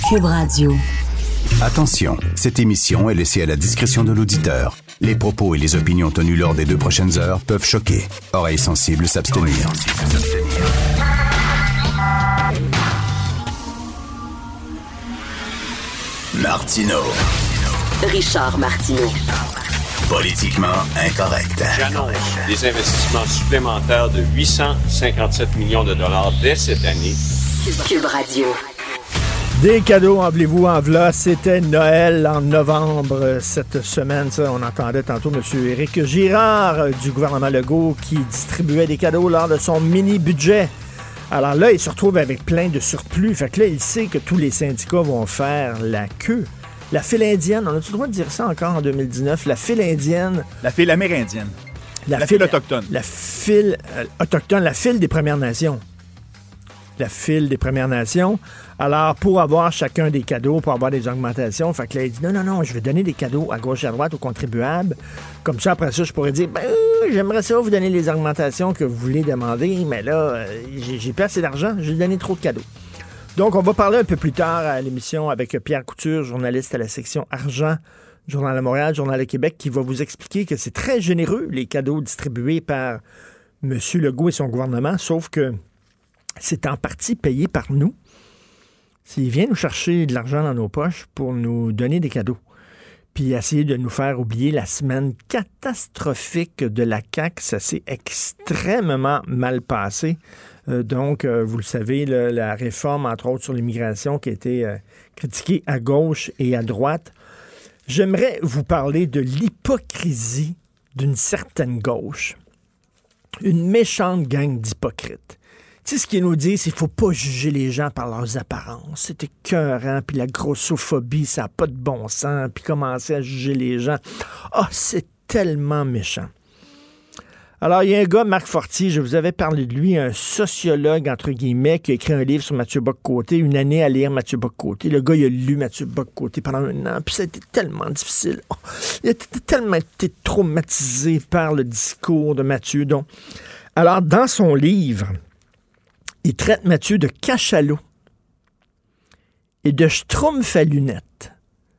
Cube Radio. Attention, cette émission est laissée à la discrétion de l'auditeur. Les propos et les opinions tenues lors des 2 prochaines heures peuvent choquer. Oreilles sensibles s'abstenir. Martineau. Richard Martineau. Politiquement incorrect. J'annonce des investissements supplémentaires de 857 millions de dollars dès cette année. Cube Radio. Des cadeaux, envelez-vous en v'là. C'était Noël en novembre cette semaine. Ça, on entendait tantôt M. Éric Girard du gouvernement Legault qui distribuait des cadeaux lors de son mini-budget. Alors là, il se retrouve avec plein de surplus. Fait que là, il sait que tous les syndicats vont faire la queue. La file indienne, on a-tu le droit de dire ça encore en 2019? La file indienne. La file amérindienne. La file autochtone. La file autochtone, la file des Premières Nations. La file des Premières Nations. Alors, pour avoir chacun des cadeaux, pour avoir des augmentations, fait que là, il dit non, je vais donner des cadeaux à gauche et à droite aux contribuables. Comme ça, après ça, je pourrais dire, j'aimerais ça vous donner les augmentations que vous voulez demander, mais là, j'ai pas assez d'argent, j'ai donné trop de cadeaux. Donc, on va parler un peu plus tard à l'émission avec Pierre Couture, journaliste à la section Argent, Journal de Montréal, Journal de Québec, qui va vous expliquer que c'est très généreux, les cadeaux distribués par M. Legault et son gouvernement, sauf que c'est en partie payé par nous. S'il vient nous chercher de l'argent dans nos poches pour nous donner des cadeaux, puis essayer de nous faire oublier la semaine catastrophique de la CAQ, ça s'est extrêmement mal passé. Donc, vous le savez, la réforme, entre autres, sur l'immigration qui a été critiquée à gauche et à droite. J'aimerais vous parler de l'hypocrisie d'une certaine gauche. Une méchante gang d'hypocrites. Tu sais, ce qu'ils nous disent, c'est qu'il ne faut pas juger les gens par leurs apparences. C'est écœurant, puis la grossophobie, ça n'a pas de bon sens, puis commencer à juger les gens. Ah, c'est tellement méchant. Alors, il y a un gars, Marc Fortier, je vous avais parlé de lui, un sociologue, entre guillemets, qui a écrit un livre sur Mathieu Bock-Côté, une année à lire Mathieu Bock-Côté. Le gars, il a lu Mathieu Bock-Côté pendant 1 an, puis ça a été tellement difficile. Oh, il a tellement été traumatisé par le discours de Mathieu. Donc, alors, dans son livre, il traite Mathieu de cachalot et de schtroumpf à lunettes.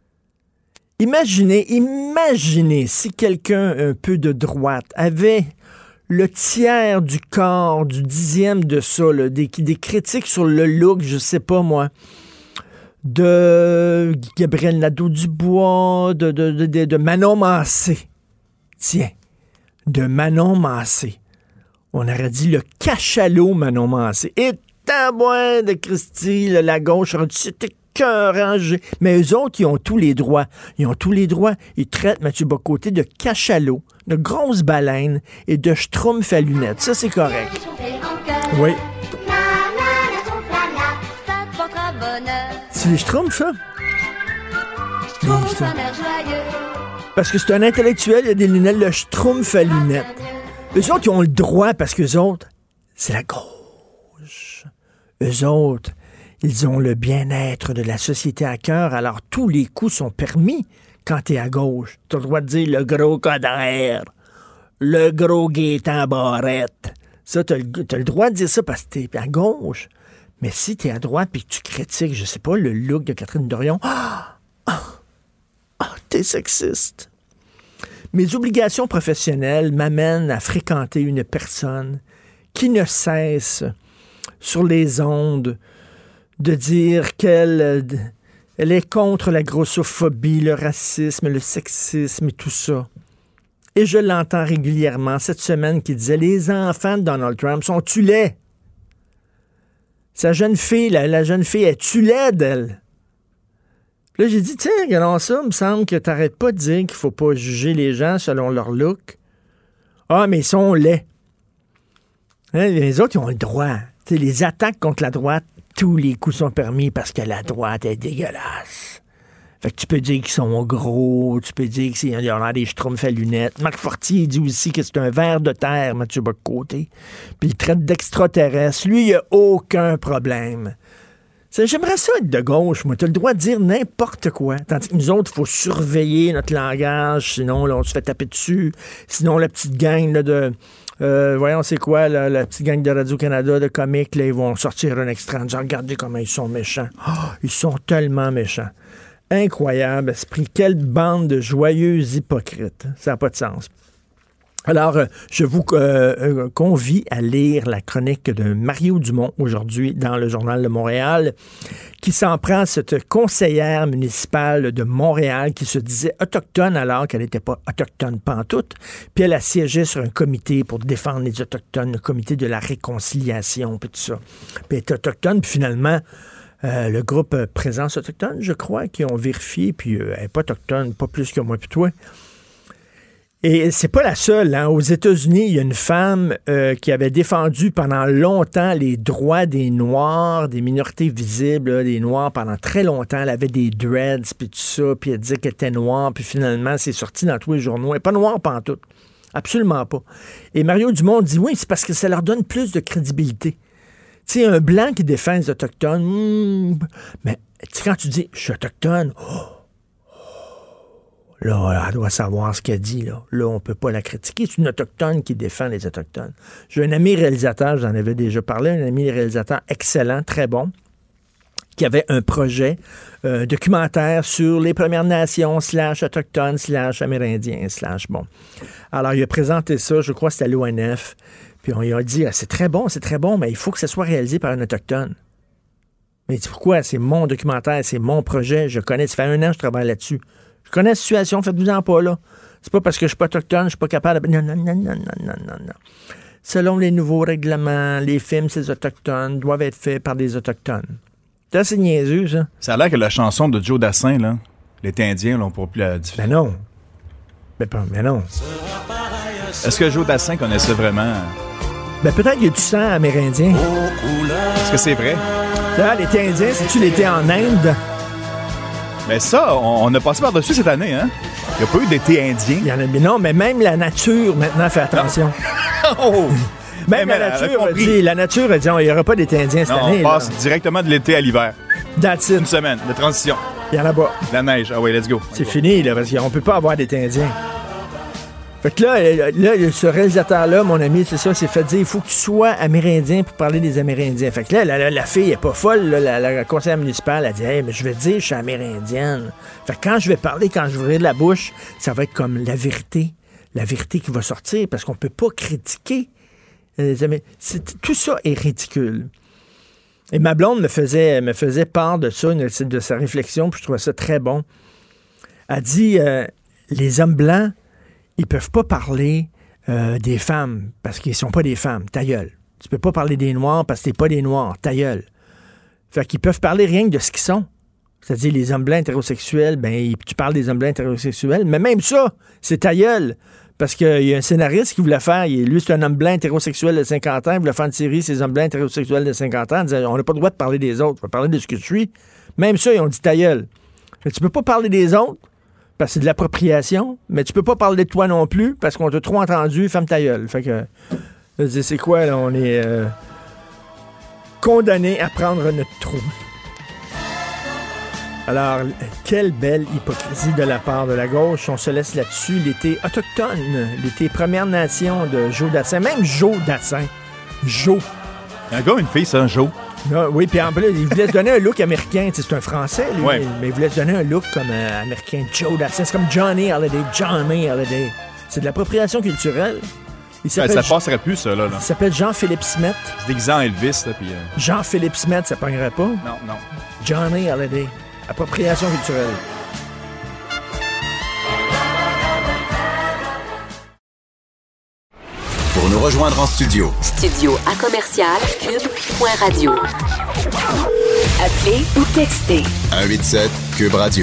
Imaginez si quelqu'un un peu de droite avait le tiers du corps, du 10e de ça, là, des critiques sur le look, je sais pas moi, de Gabriel Nadeau-Dubois, de Manon Massé. Tiens, de Manon Massé. On aurait dit le cachalot Manon Massé. Et tabouin de Christy, la gauche aurait dit c'était écœurant. Mais eux autres, ils ont tous les droits. Ils traitent Mathieu Bock-Côté de cachalot, de grosse baleine et de schtroumpf à lunettes. Ça, c'est correct. Oui. C'est les schtroumpfs, ça? Parce que c'est un intellectuel, il a des lunettes, le schtroumpf à lunettes. Eux autres, ils ont le droit parce qu'eux autres, c'est la gauche. Eux autres, ils ont le bien-être de la société à cœur, alors tous les coups sont permis quand t'es à gauche. T'as le droit de dire le gros Coderre, le gros Gaétan Barrette. Ça, t'as le droit de dire ça parce que t'es à gauche. Mais si t'es à droite et que tu critiques, je sais pas, le look de Catherine Dorion, t'es sexiste. Mes obligations professionnelles m'amènent à fréquenter une personne qui ne cesse sur les ondes de dire qu'elle est contre la grossophobie, le racisme, le sexisme et tout ça. Et je l'entends régulièrement cette semaine qui disait « Les enfants de Donald Trump sont-tu laids? » Sa jeune fille, la jeune fille, est-tu laide, elle? Là, j'ai dit, tiens, regardons ça, il me semble que t'arrêtes pas de dire qu'il faut pas juger les gens selon leur look. Ah, mais ils sont laids. Hein, les autres, ils ont le droit. T'sais, les attaques contre la droite, tous les coups sont permis parce que la droite est dégueulasse. Fait que tu peux dire qu'ils sont gros, tu peux dire qu'ils ont des schtroumpfs à lunettes. Marc Fortier dit aussi que c'est un ver de terre, Mathieu Bock-Côté. Puis il traite d'extraterrestre. Lui, il a aucun problème. J'aimerais ça être de gauche, moi. Tu as le droit de dire n'importe quoi. Tandis que nous autres, il faut surveiller notre langage, sinon là, on se fait taper dessus. Sinon, la petite gang là, voyons, c'est quoi, là, la petite gang de Radio-Canada, de comiques, là, ils vont sortir un extrait en disant, regardez comment ils sont méchants. Oh, ils sont tellement méchants. Incroyable esprit. Quelle bande de joyeux hypocrites. Ça n'a pas de sens. Alors, je vous convie à lire la chronique de Mario Dumont aujourd'hui dans le Journal de Montréal, qui s'en prend à cette conseillère municipale de Montréal qui se disait autochtone alors qu'elle n'était pas autochtone pantoute. Puis elle a siégé sur un comité pour défendre les Autochtones, le comité de la réconciliation, puis tout ça. Puis elle est autochtone, puis finalement, le groupe Présence autochtone, je crois, qui ont vérifié, puis elle n'est pas autochtone, pas plus que moi puis toi. Et c'est pas la seule. Hein. Aux États-Unis, il y a une femme qui avait défendu pendant longtemps les droits des Noirs, des minorités visibles, là, des Noirs pendant très longtemps. Elle avait des dreads, puis tout ça, puis elle disait qu'elle était noire, puis finalement, c'est sorti dans tous les journaux. Elle n'est pas noire pantoute. Absolument pas. Et Mario Dumont dit oui, c'est parce que ça leur donne plus de crédibilité. Tu sais, un Blanc qui défend les Autochtones, mais quand tu dis « je suis autochtone », là, elle doit savoir ce qu'elle dit. Là, on ne peut pas la critiquer. C'est une autochtone qui défend les Autochtones. J'ai un ami réalisateur, j'en avais déjà parlé, un ami réalisateur excellent, très bon, qui avait un projet documentaire sur les Premières Nations / autochtones / amérindiens / bon. Alors, il a présenté ça, je crois que c'était à l'ONF, puis on lui a dit, c'est très bon, mais il faut que ça soit réalisé par un autochtone. Mais il dit, pourquoi? C'est mon documentaire, c'est mon projet, je connais, ça fait 1 an que je travaille là-dessus. Je connais la situation, faites-vous-en pas, là. C'est pas parce que je suis pas autochtone, je suis pas capable de... Non. Selon les nouveaux règlements, les films, ces autochtones doivent être faits par des autochtones. C'est assez niaiseux, ça. Ça a l'air que la chanson de Joe Dassin, là, l'été indien, là, on pourra plus la diffuser. Ben non. Mais non. Est-ce que Joe Dassin connaissait vraiment... Ben peut-être qu'il y a du sang amérindien. Est-ce que c'est vrai? Là, l'été indien, c'est-tu l'été en Inde? Mais ça, on a passé par-dessus cette année, hein? Il n'y a pas eu d'été indien. Il y en a, mais non, mais même la nature, maintenant, fait attention. Même la nature a dit, il n'y aura pas d'été indien cette année. On passe directement de l'été à l'hiver. That's it. Une semaine de transition. Il y en a pas. La neige. Ah oui, let's go. C'est fini, là, parce qu'on ne peut pas avoir d'été indien. Fait que là, ce réalisateur-là, mon ami, c'est ça, s'est fait dire, il faut que tu sois amérindien pour parler des Amérindiens. Fait que là, la fille est pas folle, là, la conseillère municipale, elle dit, hey, mais je vais dire, je suis amérindienne. Fait que quand je vais parler, quand je vais ouvrir la bouche, ça va être comme la vérité qui va sortir, parce qu'on peut pas critiquer. Tout ça est ridicule. Et ma blonde me faisait part de ça, de sa réflexion, puis je trouvais ça très bon. Elle dit, les hommes blancs, ils peuvent pas parler des femmes parce qu'ils sont pas des femmes. Ta gueule. Tu peux pas parler des Noirs parce que t'es pas des Noirs. Ta gueule. Fait qu'ils peuvent parler rien que de ce qu'ils sont. C'est-à-dire les hommes blancs hétérosexuels, ben tu parles des hommes blancs hétérosexuels, mais même ça, c'est ta gueule. Parce qu'il y a un scénariste qui voulait faire, lui c'est un homme blanc hétérosexuel de 50 ans, il voulait faire une série, ces hommes blancs hétérosexuels de 50 ans, il disait, on n'a pas le droit de parler des autres, on va parler de ce que je suis. Même ça, ils ont dit ta gueule. Fait que tu peux pas parler des autres, parce que c'est de l'appropriation, mais tu peux pas parler de toi non plus, parce qu'on t'a trop entendu, ferme ta gueule. Fait que, c'est quoi, là, on est condamné à prendre notre trou. Alors, quelle belle hypocrisie de la part de la gauche. On se laisse là-dessus. L'été autochtone, l'été Première Nation de Joe Dassin, même Joe Dassin. Joe. Un gars, une fille, c'est un Joe. Non, oui, puis en plus, il voulait se donner un look américain. C'est un Français, lui, mais il voulait se donner un look comme américain. Joe Dassin, c'est comme Johnny Hallyday. C'est de l'appropriation culturelle. Ça passerait plus, ça, là. Il s'appelle Jean-Philippe Smith. C'est déguisé en Elvis, là, puis... Jean-Philippe Smith, ça pognerait pas? Non. Johnny Hallyday. Appropriation culturelle. Pour nous rejoindre en studio. Studio à commercial cube.radio. Appelez ou textez. 187 Cube Radio.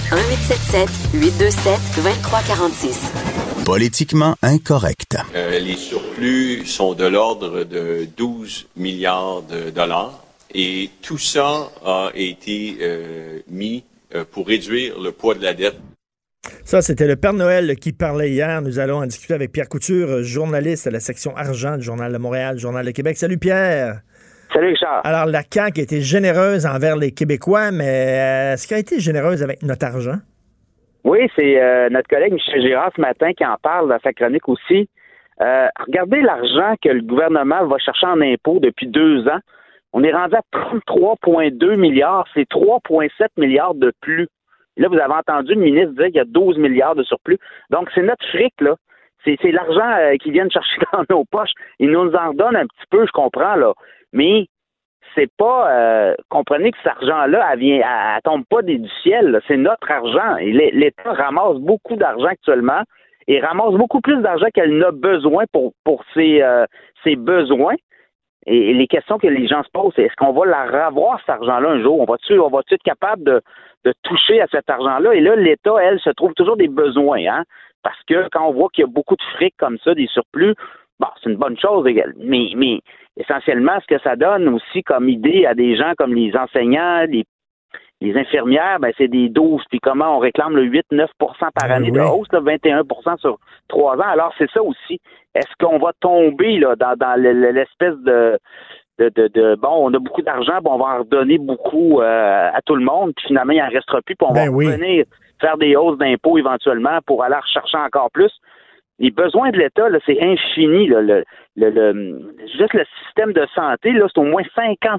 1877-827-2346. Politiquement incorrect. Les surplus sont de l'ordre de 12 milliards de dollars. Et tout ça a été mis pour réduire le poids de la dette. Ça, c'était le Père Noël qui parlait hier. Nous allons en discuter avec Pierre Couture, journaliste à la section argent du Journal de Montréal, Journal de Québec. Salut Pierre! Salut Richard! Alors, la CAQ a été généreuse envers les Québécois, mais est-ce qu'elle a été généreuse avec notre argent? Oui, c'est notre collègue Michel Girard ce matin qui en parle dans sa chronique aussi. Regardez l'argent que le gouvernement va chercher en impôts depuis 2 ans. On est rendu à 33,2 milliards. C'est 3,7 milliards de plus. Et là, vous avez entendu le ministre dire qu'il y a 12 milliards de surplus. Donc, c'est notre fric, là. C'est l'argent qu'ils viennent chercher dans nos poches. Ils nous en redonnent un petit peu, je comprends, là. Mais c'est pas... comprenez que cet argent-là, elle tombe pas du ciel, là. C'est notre argent. Et l'État ramasse beaucoup d'argent actuellement et ramasse beaucoup plus d'argent qu'elle n'a besoin pour ses besoins. Et les questions que les gens se posent, c'est est-ce qu'on va la revoir, cet argent-là, un jour? On va-tu être capable de toucher à cet argent-là? Et là, l'État, elle, se trouve toujours des besoins, hein? Parce que quand on voit qu'il y a beaucoup de fric comme ça, des surplus, bon, c'est une bonne chose, mais essentiellement, ce que ça donne aussi comme idée à des gens comme les enseignants, les infirmières, ben c'est des 12, puis comment on réclame le 8-9 par année de hausse, là, 21 sur 3 ans. Alors, c'est ça aussi. Est-ce qu'on va tomber là dans l'espèce de bon, on a beaucoup d'argent, bon, on va en redonner beaucoup à tout le monde, puis finalement, il n'en restera plus, puis on va revenir faire des hausses d'impôts éventuellement pour aller rechercher encore plus. Les besoins de l'État, là, c'est infini. Là, juste le système de santé, là, c'est au moins 50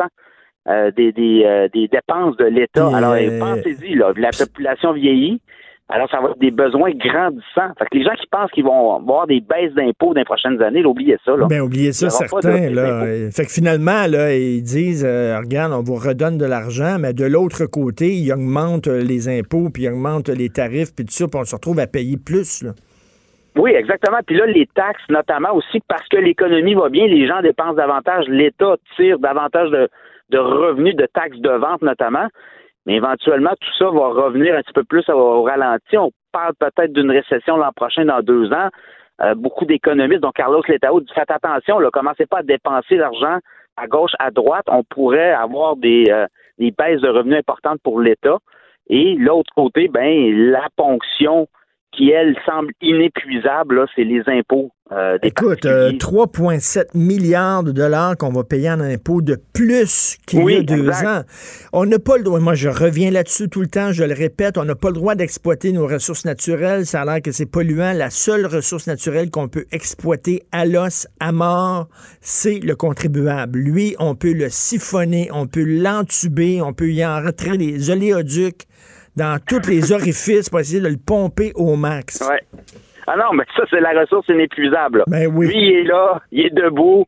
des dépenses de l'État. Alors, pensez-y, là, la population vieillit. Alors, ça va être des besoins grandissants. Fait que les gens qui pensent qu'ils vont avoir des baisses d'impôts dans les prochaines années, là, oubliez ça. Là. Ben, oubliez ça, certains. Là. Fait que finalement, là, ils disent, regarde, on vous redonne de l'argent, mais de l'autre côté, ils augmentent les impôts, puis ils augmentent les tarifs, puis tout ça, puis on se retrouve à payer plus, là. Oui, exactement. Puis là, les taxes, notamment aussi, parce que l'économie va bien, les gens dépensent davantage, l'État tire davantage de revenus de taxes de vente, notamment. Mais éventuellement, tout ça va revenir un petit peu plus au ralenti. On parle peut-être d'une récession l'an prochain, dans 2 ans. Beaucoup d'économistes, dont Carlos Letao, dit faites attention, là, commencez pas à dépenser l'argent à gauche, à droite. On pourrait avoir des baisses de revenus importantes pour l'État. Et l'autre côté, ben la ponction qui, elle, semble inépuisable, là, c'est les impôts. Écoute, 3,7 milliards de dollars qu'on va payer en impôts de plus qu'il y a 2 ans. On n'a pas le droit, moi je reviens là-dessus tout le temps, je le répète, on n'a pas le droit d'exploiter nos ressources naturelles, ça a l'air que c'est polluant. La seule ressource naturelle qu'on peut exploiter à l'os, à mort, c'est le contribuable. Lui, on peut le siphonner, on peut l'entuber, on peut y en retirer des oléoducs dans tous les orifices pour essayer de le pomper au max. Ouais. Ah non, mais ça, c'est la ressource inépuisable. Ben oui. Lui, il est là, il est debout.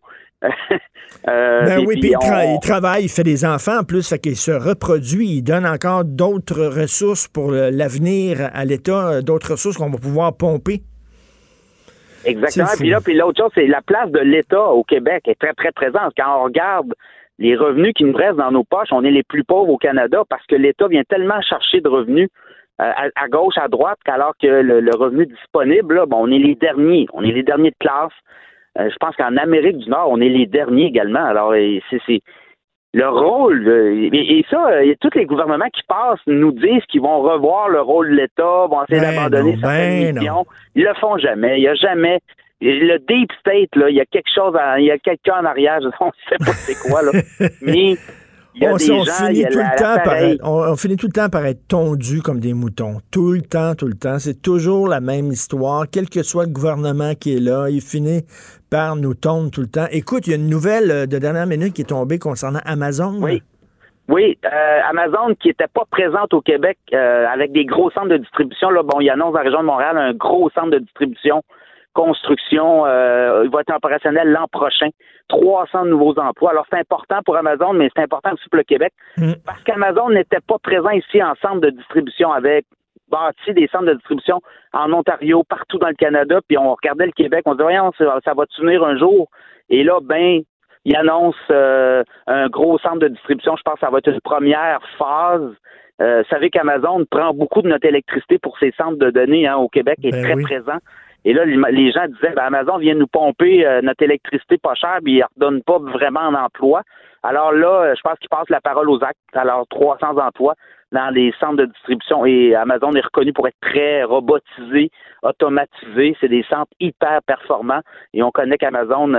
Puis il travaille, il fait des enfants en plus, fait qu'il se reproduit, il donne encore d'autres ressources pour l'avenir à l'État, d'autres ressources qu'on va pouvoir pomper. Exactement. Puis l'autre chose, c'est la place de l'État au Québec est très, très présente. Quand on regarde les revenus qui nous restent dans nos poches, on est les plus pauvres au Canada parce que l'État vient tellement chercher de revenus à gauche, à droite, qu'alors que le revenu disponible, là, bon, on est les derniers. On est les derniers de classe. Je pense qu'en Amérique du Nord, on est les derniers également. Alors, c'est le rôle, et ça, tous les gouvernements qui passent nous disent qu'ils vont revoir le rôle de l'État, vont essayer d'abandonner certaines missions. Ils le font jamais. Il n'y a jamais... Le deep state, là, il y a quelque chose, il y a quelqu'un en arrière, on ne sait pas c'est quoi, là. Mais il y a des gens, on finit tout le temps par être tondu comme des moutons. Tout le temps. C'est toujours la même histoire. Quel que soit le gouvernement qui est là, il finit par nous tondre tout le temps. Écoute, il y a une nouvelle de dernière minute qui est tombée concernant Amazon. Oui, Amazon qui n'était pas présente au Québec avec des gros centres de distribution. Là, bon, il annonce dans la région de Montréal un gros centre de distribution construction, il va être opérationnel l'an prochain. 300 nouveaux emplois. Alors, c'est important pour Amazon, mais c'est important aussi pour le Québec, parce qu'Amazon n'était pas présent ici en centre de distribution, avec bâti des centres de distribution en Ontario, partout dans le Canada, puis on regardait le Québec, on se disait, voyons, ça va-tu venir un jour? Et là, il annonce un gros centre de distribution. Je pense que ça va être une première phase. Vous savez qu'Amazon prend beaucoup de notre électricité pour ses centres de données au Québec, est très présent. Et là, les gens disaient, Amazon vient nous pomper notre électricité pas chère, puis il ne redonne pas vraiment en emploi. Alors là, je pense qu'ils passent la parole aux actes. Alors, 300 emplois dans les centres de distribution. Et Amazon est reconnu pour être très robotisé, automatisé. C'est des centres hyper performants. Et on connaît qu'Amazon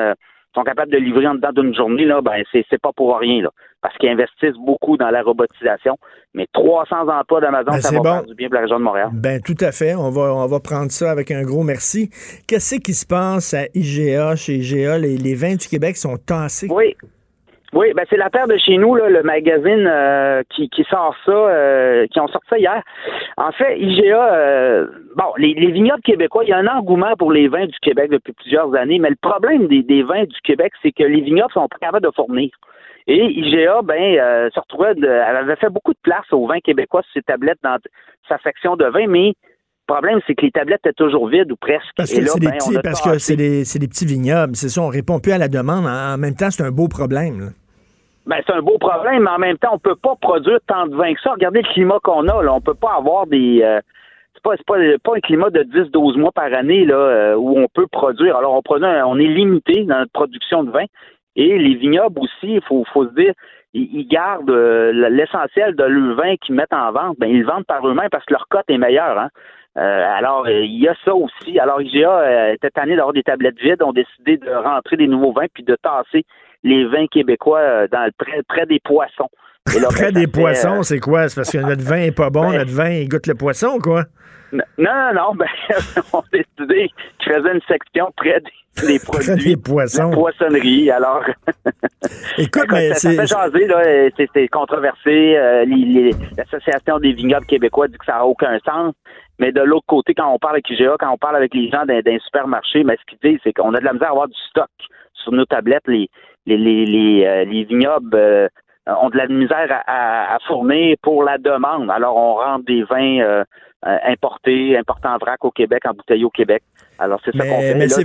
sont capables de livrer en dedans d'une journée, là, ben c'est pas pour rien, là. Parce qu'ils investissent beaucoup dans la robotisation. Mais 300 emplois d'Amazon, ça va faire du bien pour la région de Montréal. Ben tout à fait. On va prendre ça avec un gros merci. Qu'est-ce qui se passe à IGA, chez IGA? Les vins du Québec sont tassés. Oui, ben c'est l'affaire de chez nous, là, le magazine qui sort ça, qui ont sorti ça hier. En fait, IGA, les vignobles québécois, il y a un engouement pour les vins du Québec depuis plusieurs années, mais le problème des vins du Québec, c'est que les vignobles sont pas capables de fournir. Et IGA, se retrouvait, elle avait fait beaucoup de place aux vins québécois sur ses tablettes dans sa section de vins, mais le problème, c'est que les tablettes étaient toujours vides ou presque. Parce que c'est des petits vignobles, c'est ça, on répond plus à la demande. En même temps, c'est un beau problème, là. C'est un beau problème, mais en même temps, on peut pas produire tant de vin que ça. Regardez le climat qu'on a, là. On peut pas avoir des... c'est pas un climat de 10-12 mois par année, là, où on peut produire. Alors, on est limité dans notre production de vin. Et les vignobles aussi, il faut se dire, ils gardent l'essentiel de leur vin qu'ils mettent en vente. Ils le vendent par eux-mêmes parce que leur cote est meilleure, hein. Alors, il y a ça aussi. Alors, IGA était tanné d'avoir des tablettes vides, ont décidé de rentrer des nouveaux vins puis de tasser les vins québécois près des poissons. Et là, près des poissons, c'est quoi? C'est parce que notre vin est pas bon, notre vin, il goûte le poisson, quoi? Non, on a décidé qu'ils faisaient une section près des produits des poissons. De la poissonnerie. Alors, écoute, mais ça fait jaser, là, c'est controversé. L'Association des vignobles québécois dit que ça n'a aucun sens. Mais de l'autre côté, quand on parle avec IGA, quand on parle avec les gens d'un supermarché, ce qu'ils disent, c'est qu'on a de la misère à avoir du stock sur nos tablettes. Les vignobles ont de la misère à fournir pour la demande. Alors, on rentre des vins importés en vrac au Québec, en bouteille au Québec. Alors, c'est ça qu'on fait. Mais c'est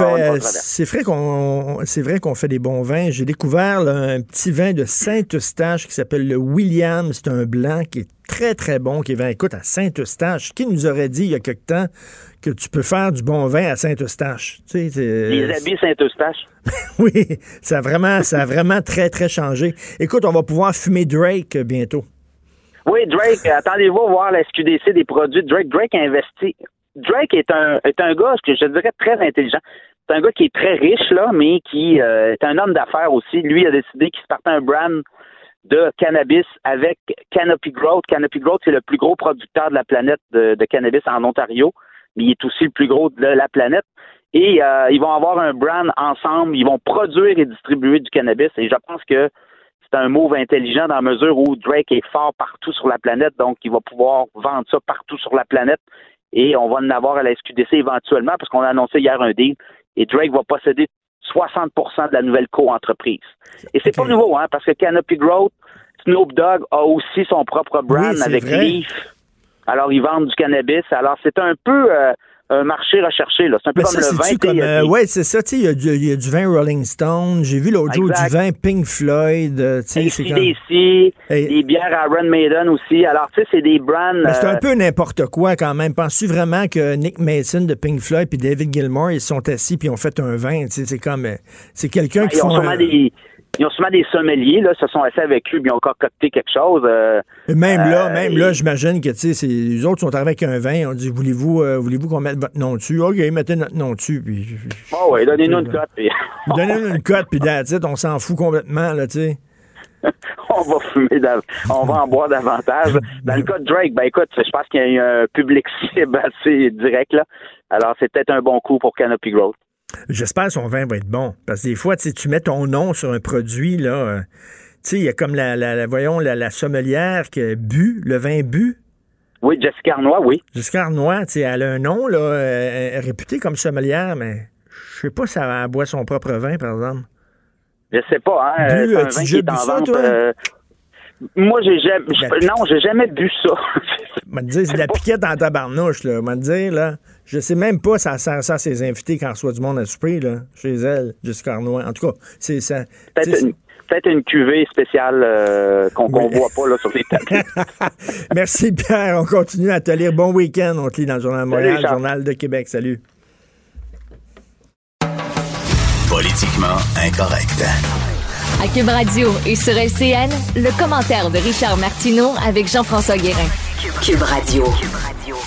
vrai qu'on fait des bons vins. J'ai découvert là, un petit vin de Saint-Eustache qui s'appelle le William. C'est un blanc qui est très, très bon, qui est, écoute, à Saint-Eustache. Qui nous aurait dit il y a quelque temps que tu peux faire du bon vin à Saint-Eustache? Tu sais, les habits Saint-Eustache. Oui, ça a vraiment très, très changé. Écoute, on va pouvoir fumer Drake bientôt. Oui, Drake, attendez-vous à voir la SQDC des produits. Drake a investi. Drake est un gars que je dirais très intelligent. C'est un gars qui est très riche, là, mais qui est un homme d'affaires aussi. Lui a décidé qu'il se partait un brand de cannabis avec Canopy Growth. Canopy Growth, c'est le plus gros producteur de la planète de cannabis en Ontario, mais il est aussi le plus gros de la planète. Et ils vont avoir un brand ensemble. Ils vont produire et distribuer du cannabis. Et je pense que c'est un move intelligent dans la mesure où Drake est fort partout sur la planète, donc il va pouvoir vendre ça partout sur la planète. Et on va en avoir à la SQDC éventuellement, parce qu'on a annoncé hier un deal. Et Drake va posséder 60% de la nouvelle co-entreprise. Et c'est pas nouveau, hein, parce que Canopy Growth, Snoop Dogg a aussi son propre brand avec Leaf. Alors, ils vendent du cannabis. Alors, c'est un peu un marché recherché, là. C'est un peu comme le vin. Oui, c'est ça. Tu sais, il y a du vin Rolling Stone. J'ai vu l'autre jour du vin Pink Floyd. ACDC, des bières Iron Maiden aussi. Alors, tu sais, c'est des brands... Mais c'est un peu n'importe quoi quand même. Penses-tu vraiment que Nick Mason de Pink Floyd puis David Gilmour, ils sont assis puis ont fait un vin? Tu sais, c'est comme... C'est quelqu'un qui font... Ils ont souvent des sommeliers, là, se sont assis avec eux, puis ils ont concocté quelque chose. Même là, j'imagine que, tu sais, les autres sont arrivés avec un vin, on dit, voulez-vous qu'on mette votre nom dessus? OK, mettez notre nom dessus, puis... Oui, donnez-nous une cote. Puis... Donnez-nous une cote, puis on s'en fout complètement, là, tu sais. On va fumer, on va en boire davantage. Dans le cas de Drake, écoute, je pense qu'il y a un public cible assez direct, là. Alors, c'est peut-être un bon coup pour Canopy Growth. J'espère que son vin va être bon. Parce que des fois, tu mets ton nom sur un produit, là. Il y a comme la sommelière qui a bu, le vin bu. Oui, Jessica Arnois, oui. Jessica Arnois, elle a un nom, là, elle est réputée comme sommelière, mais je sais pas si elle boit son propre vin, par exemple. Je sais pas, hein. C'est un vin qui est en vente. Toi? Moi, j'ai jamais bu ça. M'a dit, c'est de la piquette en tabarnouche, là. M'a dit, là. Je sais même pas si ça sert ça à ses invités quand elle reçoit du monde à souper, là, chez elle, Jessica Arnois. En tout cas, c'est ça. Peut-être une cuvée spéciale qu'on voit pas là, sur les tables. Merci, Pierre. On continue à te lire. Bon week-end. On te lit dans le Journal de Montréal, Journal de Québec. Salut. Politiquement incorrect. À Cube Radio et sur LCN, le commentaire de Richard Martineau avec Jean-François Guérin. Cube Radio.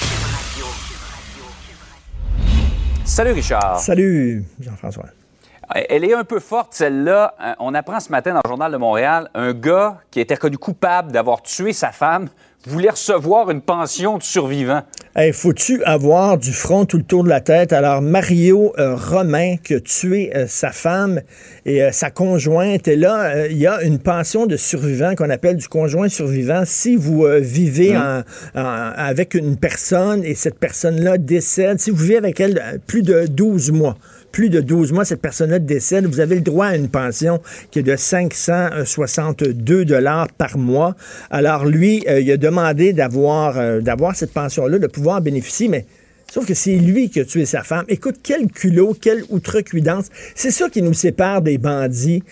Salut Richard. Salut Jean-François. Elle est un peu forte, celle-là. On apprend ce matin dans le Journal de Montréal, un gars qui a été reconnu coupable d'avoir tué sa femme voulait recevoir une pension de survivant. Hey, faut-tu avoir du front tout le tour de la tête? Alors, Mario Romain, qui a tué sa femme et sa conjointe, et là, il y a une pension de survivant qu'on appelle du conjoint survivant. Si vous vivez avec une personne et cette personne-là décède, si vous vivez avec elle plus de 12 mois, cette personne-là décède, vous avez le droit à une pension qui est de 562 $ par mois. Alors lui, il a demandé d'avoir cette pension-là, de pouvoir en bénéficier, mais sauf que c'est lui qui a tué sa femme. Écoute, quel culot, quelle outrecuidance. C'est ça qui nous sépare des bandits.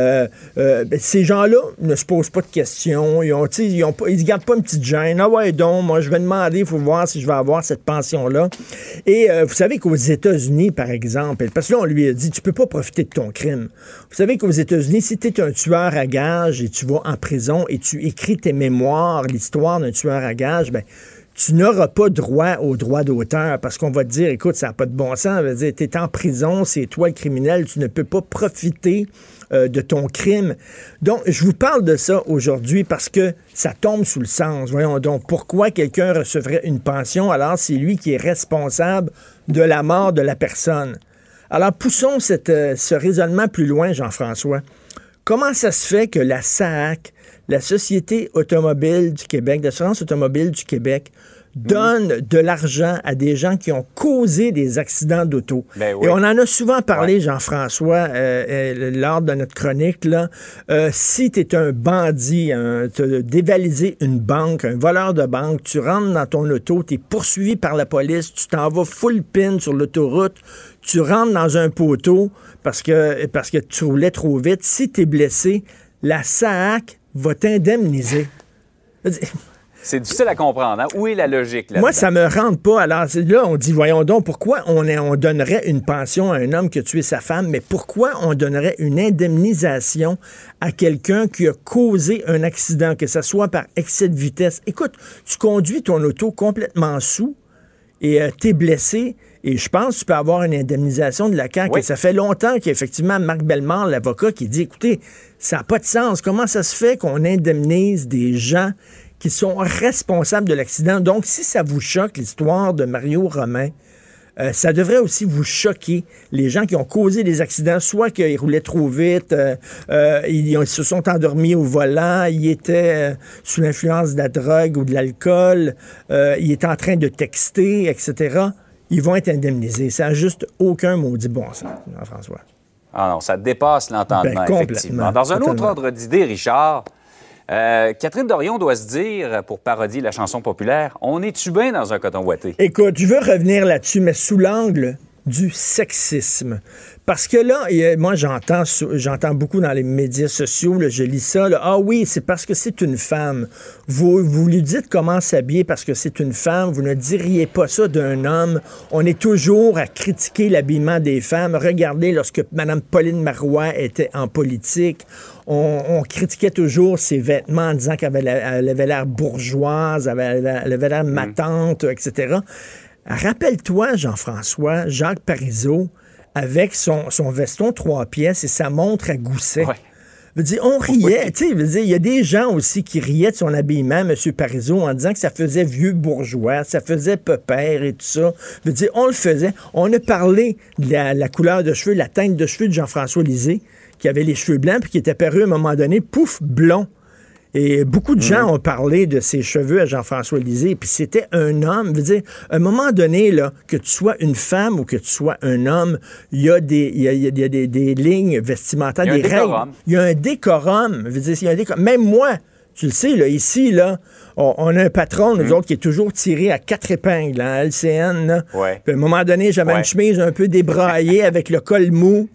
Ces gens-là ne se posent pas de questions. Ils ne gardent pas une petite gêne. Ah ouais, donc, moi, je vais demander, il faut voir si je vais avoir cette pension-là. Et vous savez qu'aux États-Unis, par exemple, parce que là, on lui a dit, tu peux pas profiter de ton crime. Vous savez qu'aux États-Unis, si tu es un tueur à gages et tu vas en prison et tu écris tes mémoires, l'histoire d'un tueur à gages, ben tu n'auras pas droit au droit d'auteur parce qu'on va te dire, écoute, ça n'a pas de bon sens. Tu es en prison, c'est toi le criminel, tu ne peux pas profiter de ton crime. Donc, je vous parle de ça aujourd'hui parce que ça tombe sous le sens. Voyons donc, pourquoi quelqu'un recevrait une pension alors c'est lui qui est responsable de la mort de la personne? Alors, poussons ce raisonnement plus loin, Jean-François. Comment ça se fait que la SAAQ, la Société automobile du Québec, d'assurance automobile du Québec, donne de l'argent à des gens qui ont causé des accidents d'auto? Ben oui. Et on en a souvent parlé, Jean-François, lors de notre chronique, là. Si tu es un bandit, tu as dévalisé une banque, un voleur de banque, tu rentres dans ton auto, tu es poursuivi par la police, tu t'en vas full pin sur l'autoroute, tu rentres dans un poteau parce que tu roulais trop vite. Si tu es blessé, la SAAQ va t'indemniser. C'est difficile à comprendre. Hein? Où est la logique là-dedans? Moi, ça me rentre pas. Alors là, on dit, voyons donc, pourquoi on donnerait une pension à un homme qui a tué sa femme, mais pourquoi on donnerait une indemnisation à quelqu'un qui a causé un accident, que ce soit par excès de vitesse? Écoute, tu conduis ton auto complètement sous et t'es blessé. Et je pense que tu peux avoir une indemnisation de la CAQ. Oui. Et ça fait longtemps qu'il y a effectivement Marc Bellemare, l'avocat, qui dit, écoutez, ça n'a pas de sens. Comment ça se fait qu'on indemnise des gens qui sont responsables de l'accident? Donc, si ça vous choque, l'histoire de Mario Romain, ça devrait aussi vous choquer. Les gens qui ont causé des accidents, soit qu'ils roulaient trop vite, ils se sont endormis au volant, ils étaient sous l'influence de la drogue ou de l'alcool, ils étaient en train de texter, etc., ils vont être indemnisés. Ça n'a juste aucun maudit bon sens, Jean-François. Ah non, ça dépasse l'entendement, effectivement. Dans un autre ordre d'idée, Richard, Catherine Dorion doit se dire, pour parodier la chanson populaire, on est-tu bien dans un coton ouaté? Écoute, je veux revenir là-dessus, mais sous l'angle du sexisme. Parce que là, moi, j'entends beaucoup dans les médias sociaux, là, je lis ça, là, ah oui, c'est parce que c'est une femme. Vous lui dites comment s'habiller parce que c'est une femme, vous ne diriez pas ça d'un homme. On est toujours à critiquer l'habillement des femmes. Regardez, lorsque Mme Pauline Marois était en politique, on critiquait toujours ses vêtements en disant qu'elle avait l'air bourgeoise, elle avait l'air matante, etc. Rappelle-toi, Jean-François, Jacques Parizeau, avec son veston 3 pièces et sa montre à gousset. Ouais. Je veux dire, on riait. Tu sais, il y a des gens aussi qui riaient de son habillement, M. Parizeau, en disant que ça faisait vieux bourgeois, ça faisait pépère et tout ça. Je veux dire, on le faisait. On a parlé de la couleur de cheveux, la teinte de cheveux de Jean-François Lisée, qui avait les cheveux blancs puis qui était apparu à un moment donné, pouf, blond. Et beaucoup de gens ont parlé de ses cheveux à Jean-François Lisée, puis c'était un homme. Je veux dire, à un moment donné, là, que tu sois une femme ou que tu sois un homme, il y a des lignes vestimentaires, des règles. Il y a un décorum. Je veux dire, il y a un décorum. Même moi, tu le sais, là, ici, là, on a un patron, nous autres, qui est toujours tiré à 4 épingles, à LCN. Là. Ouais. Puis à un moment donné, j'avais une chemise un peu débraillée avec le col mou.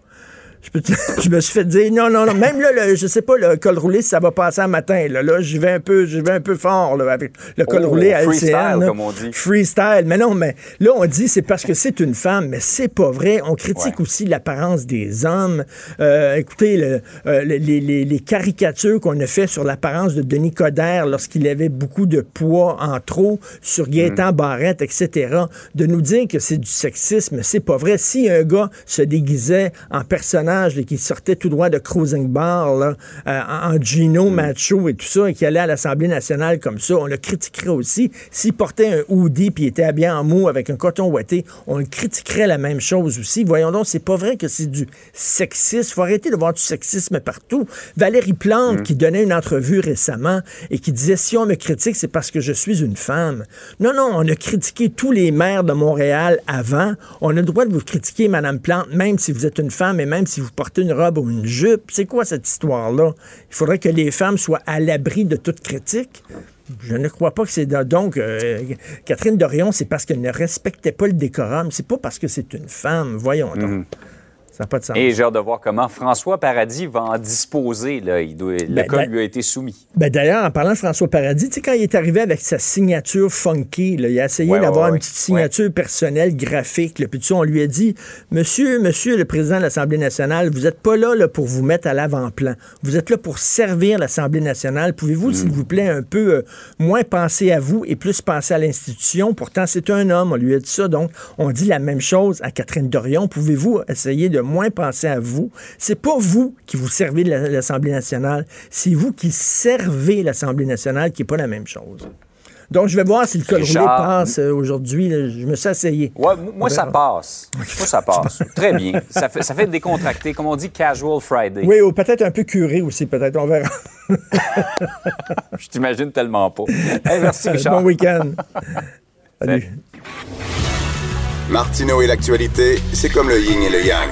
Je me suis fait dire, non, même là, je sais pas, le col roulé, ça va passer un matin. Là, j'y vais un peu fort là, avec le col roulé à LCN. Freestyle, comme on dit. Freestyle. Mais non, mais là, on dit c'est parce que c'est une femme, mais c'est pas vrai. On critique aussi l'apparence des hommes. Écoutez, les caricatures qu'on a fait sur l'apparence de Denis Coderre lorsqu'il avait beaucoup de poids en trop, sur Gaétan Barrette, etc. De nous dire que c'est du sexisme, c'est pas vrai. Si un gars se déguisait en personnage personnage là, qui sortait tout droit de Cruising Bar, là, en Gino macho et tout ça, et qui allait à l'Assemblée nationale comme ça, on le critiquerait aussi. S'il portait un hoodie puis était habillé en mou avec un coton ouaté, on le critiquerait la même chose aussi. Voyons donc, c'est pas vrai que c'est du sexisme. Faut arrêter de voir du sexisme partout. Valérie Plante, qui donnait une entrevue récemment et qui disait, si on me critique, c'est parce que je suis une femme. Non, on a critiqué tous les maires de Montréal avant. On a le droit de vous critiquer, Mme Plante, même si vous êtes une femme et même si vous portez une robe ou une jupe. C'est quoi cette histoire-là? Il faudrait que les femmes soient à l'abri de toute critique. Je ne crois pas que c'est... Donc, Catherine Dorion, c'est parce qu'elle ne respectait pas le décorum. C'est pas parce que c'est une femme. Voyons donc. Ça n'a pas de sens. Et j'ai hâte de voir comment François Paradis va en disposer. Là. Le cas lui a été soumis. D'ailleurs, en parlant de François Paradis, tu sais, quand il est arrivé avec sa signature funky, là, il a essayé d'avoir une petite signature personnelle graphique. Là, puis on lui a dit, Monsieur le président de l'Assemblée nationale, vous n'êtes pas là pour vous mettre à l'avant-plan. Vous êtes là pour servir l'Assemblée nationale. Pouvez-vous, s'il vous plaît, un peu moins penser à vous et plus penser à l'institution? Pourtant, c'est un homme. On lui a dit ça. Donc, on dit la même chose à Catherine Dorion. Pouvez-vous essayer de moins penser à vous? C'est pas vous qui vous servez de l'Assemblée nationale, c'est vous qui servez l'Assemblée nationale, qui n'est pas la même chose. Donc, je vais voir si le col roulé passe aujourd'hui. Là, je me suis essayé. Ouais, moi, ça passe. Moi, ça passe. Très bien. Ça fait décontracté, comme on dit, casual Friday. Oui, ou peut-être un peu curé aussi, peut-être. On verra. Je t'imagine tellement pas. Hey, merci, Richard. Bon week-end. Salut. Martineau et l'actualité, c'est comme le yin et le yang.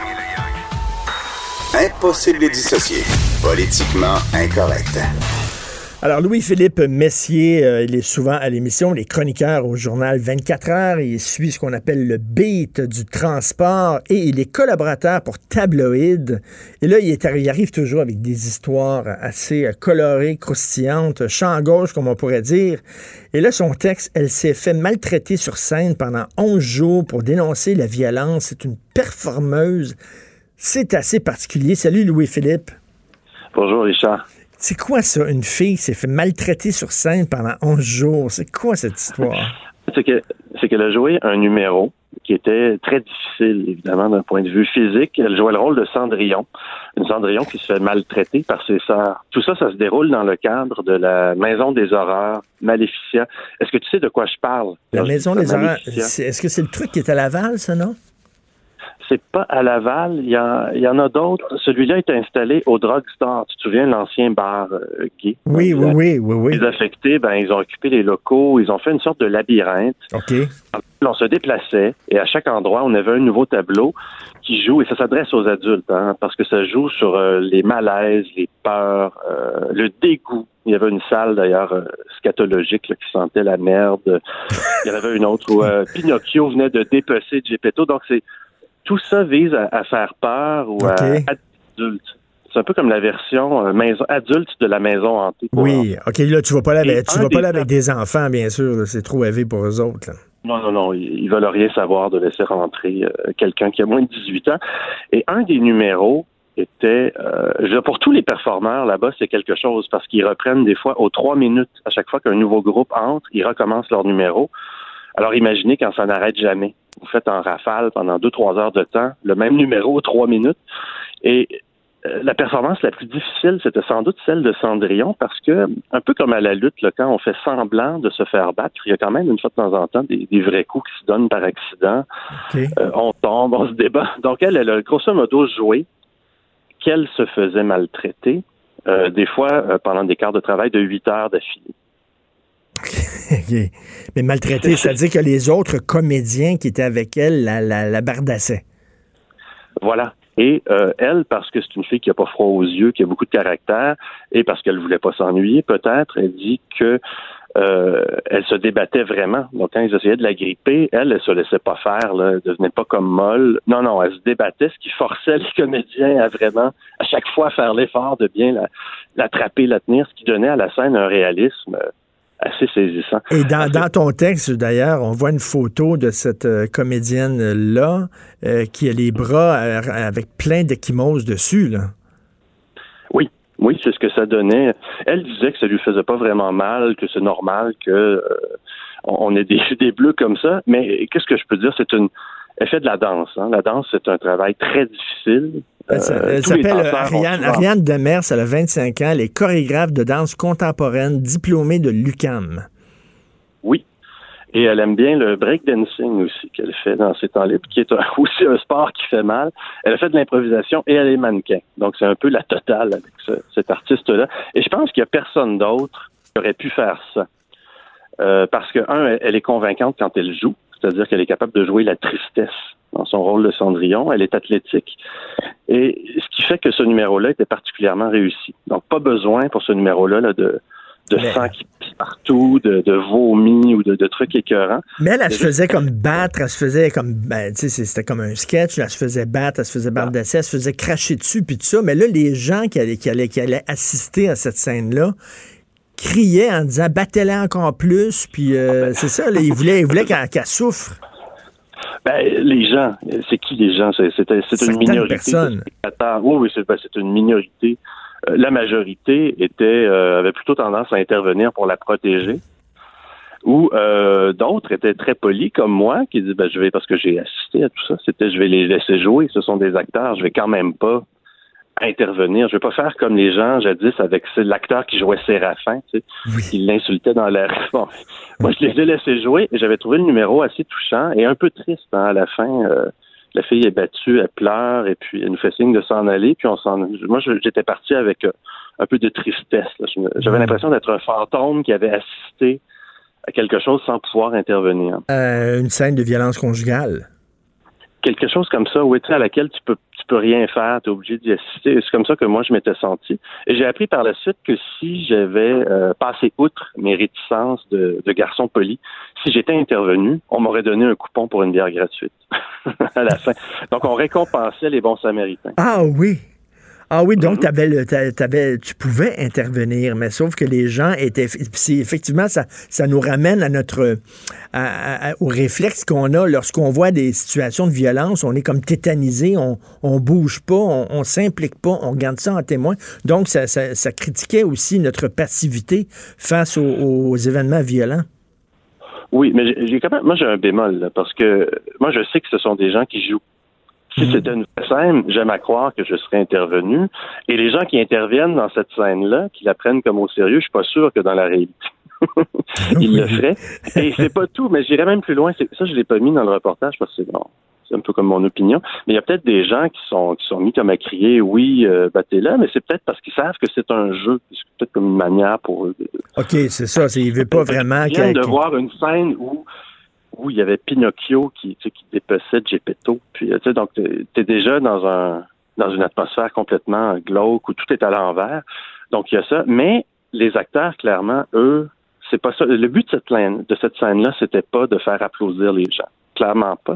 Impossible de les dissocier. Politiquement incorrect. Alors, Louis-Philippe Messier, il est souvent à l'émission Les Chroniqueurs au journal 24 heures. Il suit ce qu'on appelle le beat du transport et il est collaborateur pour Tabloïd. Et là, il arrive toujours avec des histoires assez colorées, croustillantes, champ gauche, comme on pourrait dire. Et là, son texte, elle s'est fait maltraiter sur scène pendant 11 jours pour dénoncer la violence. C'est une performeuse. C'est assez particulier. Salut, Louis-Philippe. Bonjour, Richard. C'est quoi ça, une fille qui s'est fait maltraiter sur scène pendant 11 jours? C'est quoi cette histoire? C'est qu'elle a joué un numéro qui était très difficile, évidemment, d'un point de vue physique. Elle jouait le rôle de Cendrillon. Une Cendrillon qui se fait maltraiter par ses sœurs. Tout ça, ça se déroule dans le cadre de la Maison des horreurs, Maléficia. Est-ce que tu sais de quoi je parle? La Maison des horreurs, est-ce que c'est le truc qui est à Laval, ça, non? C'est pas à Laval, il y en a d'autres. Celui-là est installé au Drugstore. Tu te souviens, l'ancien bar gay? Oui. Les affectés, ils ont occupé les locaux, ils ont fait une sorte de labyrinthe. OK. On se déplaçait et à chaque endroit, on avait un nouveau tableau qui joue, et ça s'adresse aux adultes, parce que ça joue sur les malaises, les peurs, le dégoût. Il y avait une salle, d'ailleurs, scatologique là, qui sentait la merde. Il y en avait une autre où Pinocchio venait de dépecer Geppetto. Donc, tout ça vise à faire peur ou à adultes. C'est un peu comme la version maison adulte de la maison hantée. Oui, OK, là, tu vas pas là avec des enfants, bien sûr. Là, c'est trop élevé pour eux autres. Là. Non. Ils veulent rien savoir de laisser rentrer quelqu'un qui a moins de 18 ans. Et un des numéros était... pour tous les performeurs, là-bas, c'est quelque chose parce qu'ils reprennent des fois aux 3 minutes. À chaque fois qu'un nouveau groupe entre, ils recommencent leur numéro. Alors, imaginez quand ça n'arrête jamais. Vous faites en rafale pendant 2-3 heures de temps, le même numéro, 3 minutes. Et la performance la plus difficile, c'était sans doute celle de Cendrillon, parce que, un peu comme à la lutte, là, quand on fait semblant de se faire battre, il y a quand même, une fois de temps en temps, des vrais coups qui se donnent par accident. Okay. On tombe, on se débat. Donc, elle a grosso modo joué qu'elle se faisait maltraiter, des fois pendant des quarts de travail de 8 heures d'affilée. Okay. Mais maltraité, c'est-à-dire que les autres comédiens qui étaient avec elle la bardassaient. Voilà. Et elle, parce que c'est une fille qui n'a pas froid aux yeux, qui a beaucoup de caractère, et parce qu'elle voulait pas s'ennuyer, peut-être, elle dit que elle se débattait vraiment. Donc, quand ils essayaient de la gripper, elle se laissait pas faire, là, elle devenait pas comme molle. Non, elle se débattait, ce qui forçait les comédiens à vraiment, à chaque fois, faire l'effort de bien l'attraper, la tenir, ce qui donnait à la scène un réalisme assez saisissant. Et dans ton texte, d'ailleurs, on voit une photo de cette comédienne-là qui a les bras avec plein d'ecchymoses dessus, là. Oui, c'est ce que ça donnait. Elle disait que ça lui faisait pas vraiment mal, que c'est normal que on ait des bleus comme ça, mais qu'est-ce que je peux dire? Elle fait de la danse. La danse, c'est un travail très difficile. Elle s'appelle Ariane Demers, elle a 25 ans, elle est chorégraphe de danse contemporaine, diplômée de l'UQAM. Oui. Et elle aime bien le breakdancing aussi qu'elle fait dans ses temps libres, qui est aussi un sport qui fait mal. Elle a fait de l'improvisation et elle est mannequin. Donc, c'est un peu la totale avec cet artiste-là. Et je pense qu'il n'y a personne d'autre qui aurait pu faire ça. Parce que, elle est convaincante quand elle joue, c'est-à-dire qu'elle est capable de jouer la tristesse dans son rôle de Cendrillon. Elle est athlétique. Et ce qui fait que ce numéro-là était particulièrement réussi. Donc, pas besoin pour ce numéro-là de sang qui pisse partout, de vomi ou de trucs écœurants. Mais elle se faisait comme battre, elle se faisait comme, c'était comme un sketch, elle se faisait battre, elle se faisait bardasser, elle se faisait cracher dessus, puis tout ça. Mais là, les gens qui allaient assister à cette scène-là criaient en disant « battez-la encore plus », puis c'est ça, là, ils voulaient qu'elle souffre. Les gens, c'est qui les gens? C'est une minorité. Personnes. Oui, c'est une minorité. La majorité avait plutôt tendance à intervenir pour la protéger, ou d'autres étaient très polis comme moi, qui disaient je vais, parce que j'ai assisté à tout ça, je vais les laisser jouer, ce sont des acteurs, je vais quand même pas intervenir, je vais pas faire comme les gens jadis avec l'acteur qui jouait Séraphin, tu sais, qui l'insultait dans la rue. Bon, moi je les ai laissés jouer et j'avais trouvé le numéro assez touchant et un peu triste à la fin. La fille est battue, elle pleure, et puis elle nous fait signe de s'en aller, puis moi, j'étais parti avec un peu de tristesse. Là. J'avais l'impression d'être un fantôme qui avait assisté à quelque chose sans pouvoir intervenir. Une scène de violence conjugale. Quelque chose comme ça, oui, à laquelle tu peux rien faire, tu es obligé d'y assister. C'est comme ça que moi, je m'étais senti. Et j'ai appris par la suite que si j'avais passé outre mes réticences de garçon poli, si j'étais intervenu, on m'aurait donné un coupon pour une bière gratuite à la fin. Donc, on récompensait les bons Samaritains. Ah oui! Ah oui, donc tu pouvais intervenir, mais sauf que les gens étaient... Effectivement, ça nous ramène à au réflexe qu'on a lorsqu'on voit des situations de violence. On est comme tétanisé, on bouge pas, on s'implique pas, on garde ça en témoin. Donc, ça critiquait aussi notre passivité face aux événements violents. Oui, mais moi, j'ai un bémol, là, parce que moi, je sais que ce sont des gens qui jouent. Si c'était une vraie scène, j'aime à croire que je serais intervenu. Et les gens qui interviennent dans cette scène-là, qui la prennent comme au sérieux, je suis pas sûr que dans la réalité, ils le feraient. Et c'est pas tout, mais j'irais même plus loin. Ça, je l'ai pas mis dans le reportage parce que c'est un peu comme mon opinion. Mais il y a peut-être des gens qui sont mis comme à crier, oui, battez-la, mais c'est peut-être parce qu'ils savent que c'est un jeu. C'est peut-être comme une manière pour eux. OK, c'est ça. Ils veulent pas vraiment... Ils viennent de voir une scène où il y avait Pinocchio qui dépeçait Geppetto. Puis, donc, t'es déjà dans une atmosphère complètement glauque où tout est à l'envers. Donc, il y a ça. Mais les acteurs, clairement, eux, c'est pas ça. Le but de cette scène-là, c'était pas de faire applaudir les gens. Clairement pas.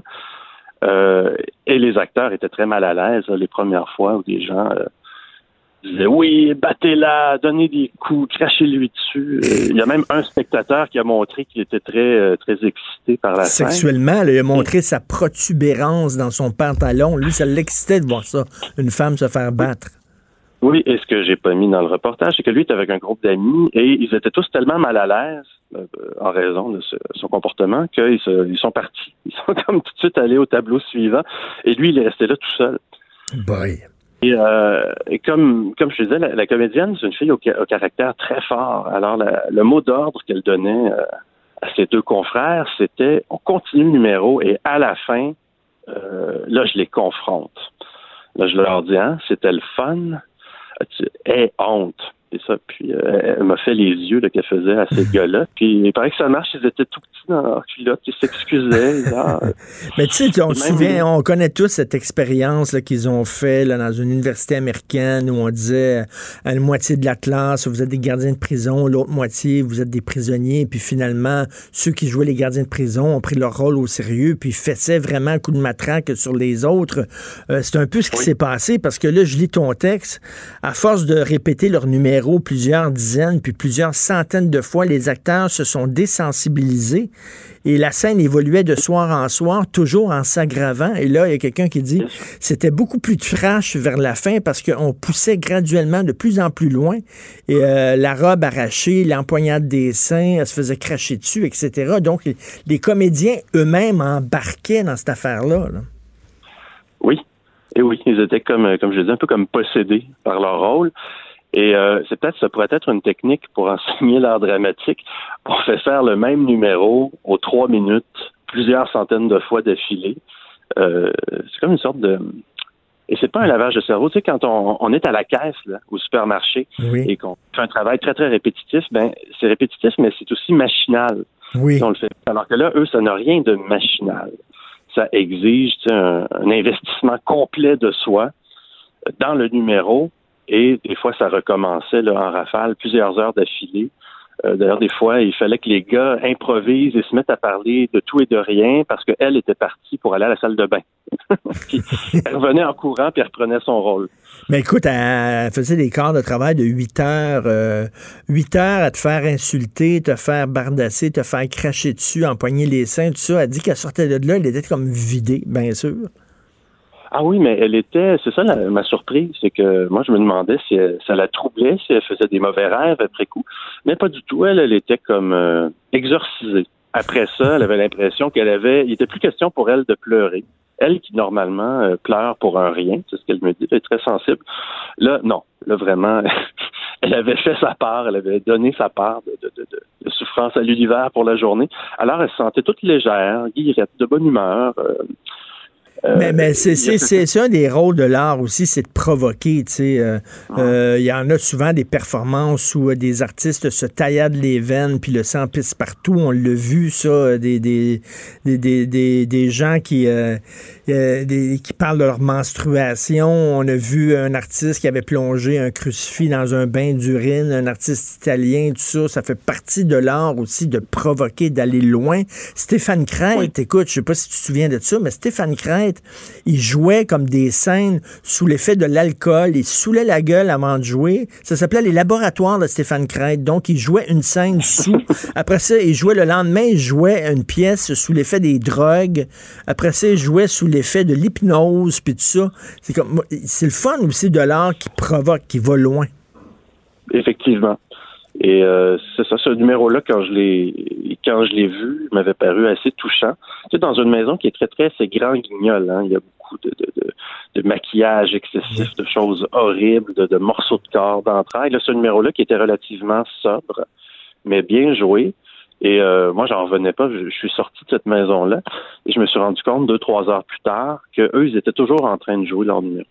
Et les acteurs étaient très mal à l'aise les premières fois où des gens disaient oui, battez-la, donnez des coups, crachez-lui dessus. Il y a même un spectateur qui a montré qu'il était très très excité par la scène. Sexuellement, il a montré sa protubérance dans son pantalon. Lui, ça l'excitait de voir ça, une femme se faire battre. Oui, et ce que j'ai pas mis dans le reportage, c'est que lui était avec un groupe d'amis et ils étaient tous tellement mal à l'aise en raison de son comportement qu'ils sont partis. Ils sont comme tout de suite allés au tableau suivant et lui, il est resté là tout seul. Boy. Et comme je disais, la comédienne, c'est une fille au caractère très fort. Alors, le mot d'ordre qu'elle donnait à ses deux confrères, c'était « on continue le numéro et à la fin, là, je les confronte. » Là, je leur dis « hein, c'était le fun. » Aie honte. Et ça, puis elle m'a fait les yeux qu'elle faisait à ces gars-là. Puis il paraît que ça marche, ils étaient tout petits dans leur culotte, ils s'excusaient. Mais tu sais, on se souvient, on connaît tous cette expérience là, qu'ils ont fait là, dans une université américaine où on disait à la moitié de la classe, vous êtes des gardiens de prison, l'autre moitié, vous êtes des prisonniers. Puis finalement, ceux qui jouaient les gardiens de prison ont pris leur rôle au sérieux, puis fessaient vraiment un coup de matraque sur les autres. C'est un peu ce qui s'est passé, parce que là, je lis ton texte, à force de répéter leur numéro plusieurs dizaines puis plusieurs centaines de fois, les acteurs se sont désensibilisés et la scène évoluait de soir en soir, toujours en s'aggravant. Et là, il y a quelqu'un qui dit c'était beaucoup plus trash vers la fin parce qu'on poussait graduellement de plus en plus loin et la robe arrachée, l'empoignade des seins, elle se faisait cracher dessus, etc. Donc, les comédiens eux-mêmes embarquaient dans cette affaire-là. Là. Oui. Et oui, ils étaient comme je dis, un peu comme possédés par leur rôle. Et ça pourrait être une technique pour enseigner l'art dramatique. On fait faire le même numéro aux 3 minutes, plusieurs centaines de fois d'affilée. C'est comme une sorte de... Et c'est pas un lavage de cerveau. Tu sais, quand on est à la caisse là, au supermarché et qu'on fait un travail très, très répétitif, c'est répétitif, mais c'est aussi machinal. Oui. On le fait. Alors que là, eux, ça n'a rien de machinal. Ça exige un investissement complet de soi dans le numéro. Et des fois, ça recommençait là, en rafale, plusieurs heures d'affilée. D'ailleurs, des fois, il fallait que les gars improvisent et se mettent à parler de tout et de rien parce qu'elle était partie pour aller à la salle de bain. Puis, elle revenait en courant puis elle reprenait son rôle. Mais écoute, elle faisait des quarts de travail de 8 heures. 8 heures à te faire insulter, te faire bardasser, te faire cracher dessus, empoigner les seins, tout ça. Elle dit qu'elle sortait de là, elle était comme vidée, bien sûr. Ah oui, mais c'est ça ma surprise, c'est que moi je me demandais si ça la troublait, si elle faisait des mauvais rêves après coup, mais pas du tout. Elle était comme exorcisée. Après ça, elle avait l'impression il était plus question pour elle de pleurer. Elle qui normalement pleure pour un rien, c'est ce qu'elle me dit, elle est très sensible. Là, non, là vraiment, elle avait fait sa part, elle avait donné sa part de souffrance à l'univers pour la journée. Alors elle se sentait toute légère, guillerette, de bonne humeur. Mais c'est un des rôles de l'art aussi, c'est de provoquer, tu sais. Il y en a souvent des performances où des artistes se tailladent les veines puis le sang pisse partout. On l'a vu, ça, des gens qui parlent de leur menstruation. On a vu un artiste qui avait plongé un crucifix dans un bain d'urine, un artiste italien, tout ça. Ça fait partie de l'art aussi de provoquer, d'aller loin. Stéphane Crête, écoute, je sais pas si tu te souviens de ça, mais Stéphane Crête, il jouait comme des scènes sous l'effet de l'alcool. Il saoulait la gueule avant de jouer. Ça s'appelait les laboratoires de Stéphane Crête. Donc, il jouait une scène sous. Après ça, il jouait le lendemain, il jouait une pièce sous l'effet des drogues. Après ça, il jouait sous l'effet de l'hypnose, puis tout ça. C'est le fun aussi de l'art qui provoque, qui va loin. Effectivement. Et c'est ça, ce numéro-là, quand je l'ai vu, m'avait paru assez touchant. Tu sais, dans une maison qui est très, très, c'est grand guignol, hein. Il y a beaucoup de maquillage excessif, de choses horribles, de morceaux de corps, d'entrailles. Là, ce numéro-là qui était relativement sobre, mais bien joué. Et moi, j'en revenais pas. Je suis sorti de cette maison-là et je me suis rendu compte 2-3 heures plus tard qu'eux, ils étaient toujours en train de jouer leur numéro.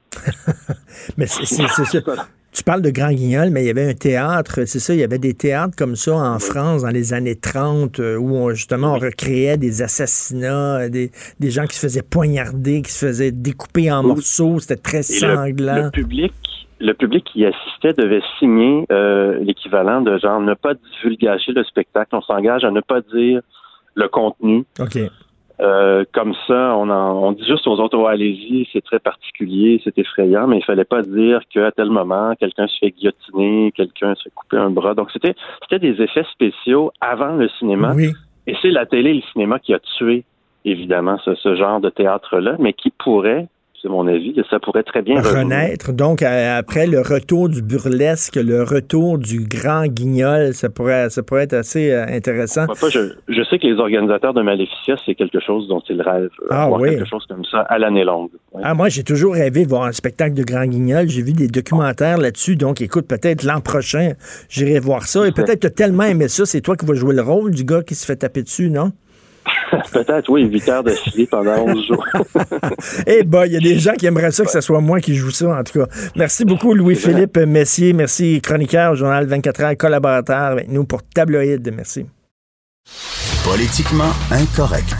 Mais c'est ça. Tu parles de Grand Guignol, mais il y avait un théâtre, c'est ça, il y avait des théâtres comme ça en France dans les années 30 où on recréait des assassinats, des gens qui se faisaient poignarder, qui se faisaient découper en morceaux, c'était très sanglant. Le public qui assistait devait signer l'équivalent de genre ne pas divulgacher le spectacle, on s'engage à ne pas dire le contenu. OK. Comme ça, on dit juste aux autres, allez-y, c'est très particulier, c'est effrayant, mais il fallait pas dire qu'à tel moment, quelqu'un se fait guillotiner, quelqu'un se fait couper un bras. Donc, c'était des effets spéciaux avant le cinéma. Oui. Et c'est la télé et le cinéma qui a tué, évidemment, ce genre de théâtre-là, mais qui pourrait, c'est mon avis, ça pourrait très bien renaître. Donc, après le retour du burlesque, le retour du Grand Guignol, ça pourrait être assez intéressant. Je sais que les organisateurs de Maléficia, c'est quelque chose dont ils rêvent. Quelque chose comme ça à l'année longue. Ouais. Moi, j'ai toujours rêvé de voir un spectacle de Grand Guignol. J'ai vu des documentaires là-dessus. Donc, écoute, peut-être l'an prochain, j'irai voir ça. Et peut-être que tu as tellement aimé ça, c'est toi qui vas jouer le rôle du gars qui se fait taper dessus, non? Peut-être, oui, 8 heures d'affilée pendant 11 jours. Il y a des gens qui aimeraient ça que ce soit moi qui joue ça, en tout cas. Merci beaucoup, Louis-Philippe Messier. Merci, chroniqueur au Journal 24 heures, collaborateur avec nous pour Tabloïd. Merci. Politiquement incorrect.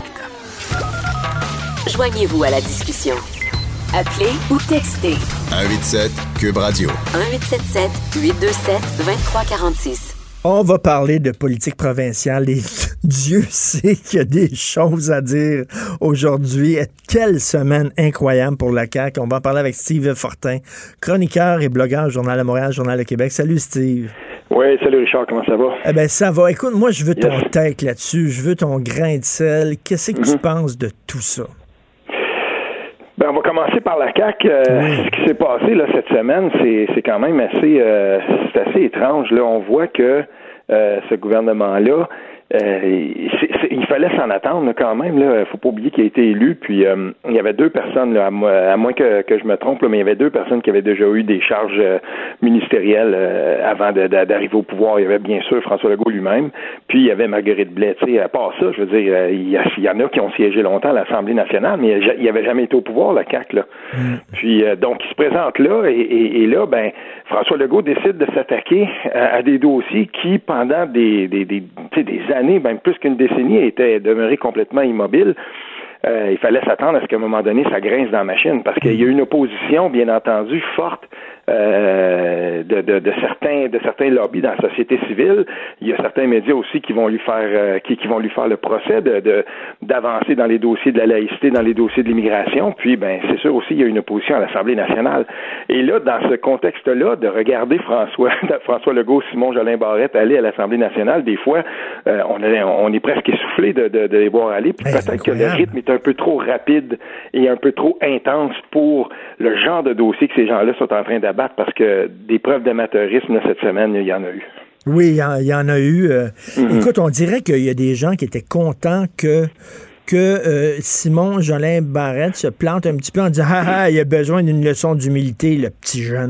Joignez-vous à la discussion. Appelez ou textez. 187 Cube Radio. 1877-827-2346. On va parler de politique provinciale et Dieu sait qu'il y a des choses à dire aujourd'hui. Quelle semaine incroyable pour la CAQ. On va en parler avec Steve Fortin, chroniqueur et blogueur au Journal de Montréal, Journal de Québec. Salut Steve. Oui, salut Richard, comment ça va? Eh bien, ça va. Écoute, moi, je veux ton take là-dessus. Je veux ton grain de sel. Qu'est-ce que tu penses de tout ça? Ben, on va commencer par la CAQ. Ce qui s'est passé là, cette semaine, c'est quand même assez étrange. Là, on voit que ce gouvernement-là il fallait s'en attendre quand même. Il faut pas oublier qu'il a été élu. Puis il y avait 2 personnes, là, à moins que je me trompe, là, mais il y avait 2 personnes qui avaient déjà eu des charges ministérielles avant d'arriver au pouvoir. Il y avait bien sûr François Legault lui-même. Puis il y avait Marguerite Blais. À part ça, je veux dire, il y en a qui ont siégé longtemps à l'Assemblée nationale, mais il n'avait jamais été au pouvoir, la CAQ, là. Puis donc il se présente là et là, ben François Legault décide de s'attaquer à des dossiers qui, pendant des années, même plus qu'une décennie, étaient demeurés complètement immobiles. Il fallait s'attendre à ce qu'à un moment donné, ça grince dans la machine, parce qu'il y a une opposition, bien entendu, forte de certains lobbies dans la société civile. Il y a certains médias aussi qui vont lui faire qui vont lui faire le procès d'avancer dans les dossiers de la laïcité, dans les dossiers de l'immigration. Puis ben c'est sûr aussi il y a une opposition à l'Assemblée nationale. Et là, dans ce contexte-là, de regarder François Legault, Simon Jolin Barrette aller à l'Assemblée nationale, des fois on est presque essoufflé de les voir aller. Puis peut-être que le rythme est un peu trop rapide et un peu trop intense pour le genre de dossier que ces gens-là sont en train d'abattre, parce que des preuves d'amateurisme, là, cette semaine, il y en a eu. Oui, il y en a eu. Écoute, on dirait qu'il y a des gens qui étaient contents que Simon Jolin Barrette se plante un petit peu en disant « Ah, il a besoin d'une leçon d'humilité, le petit jeune ».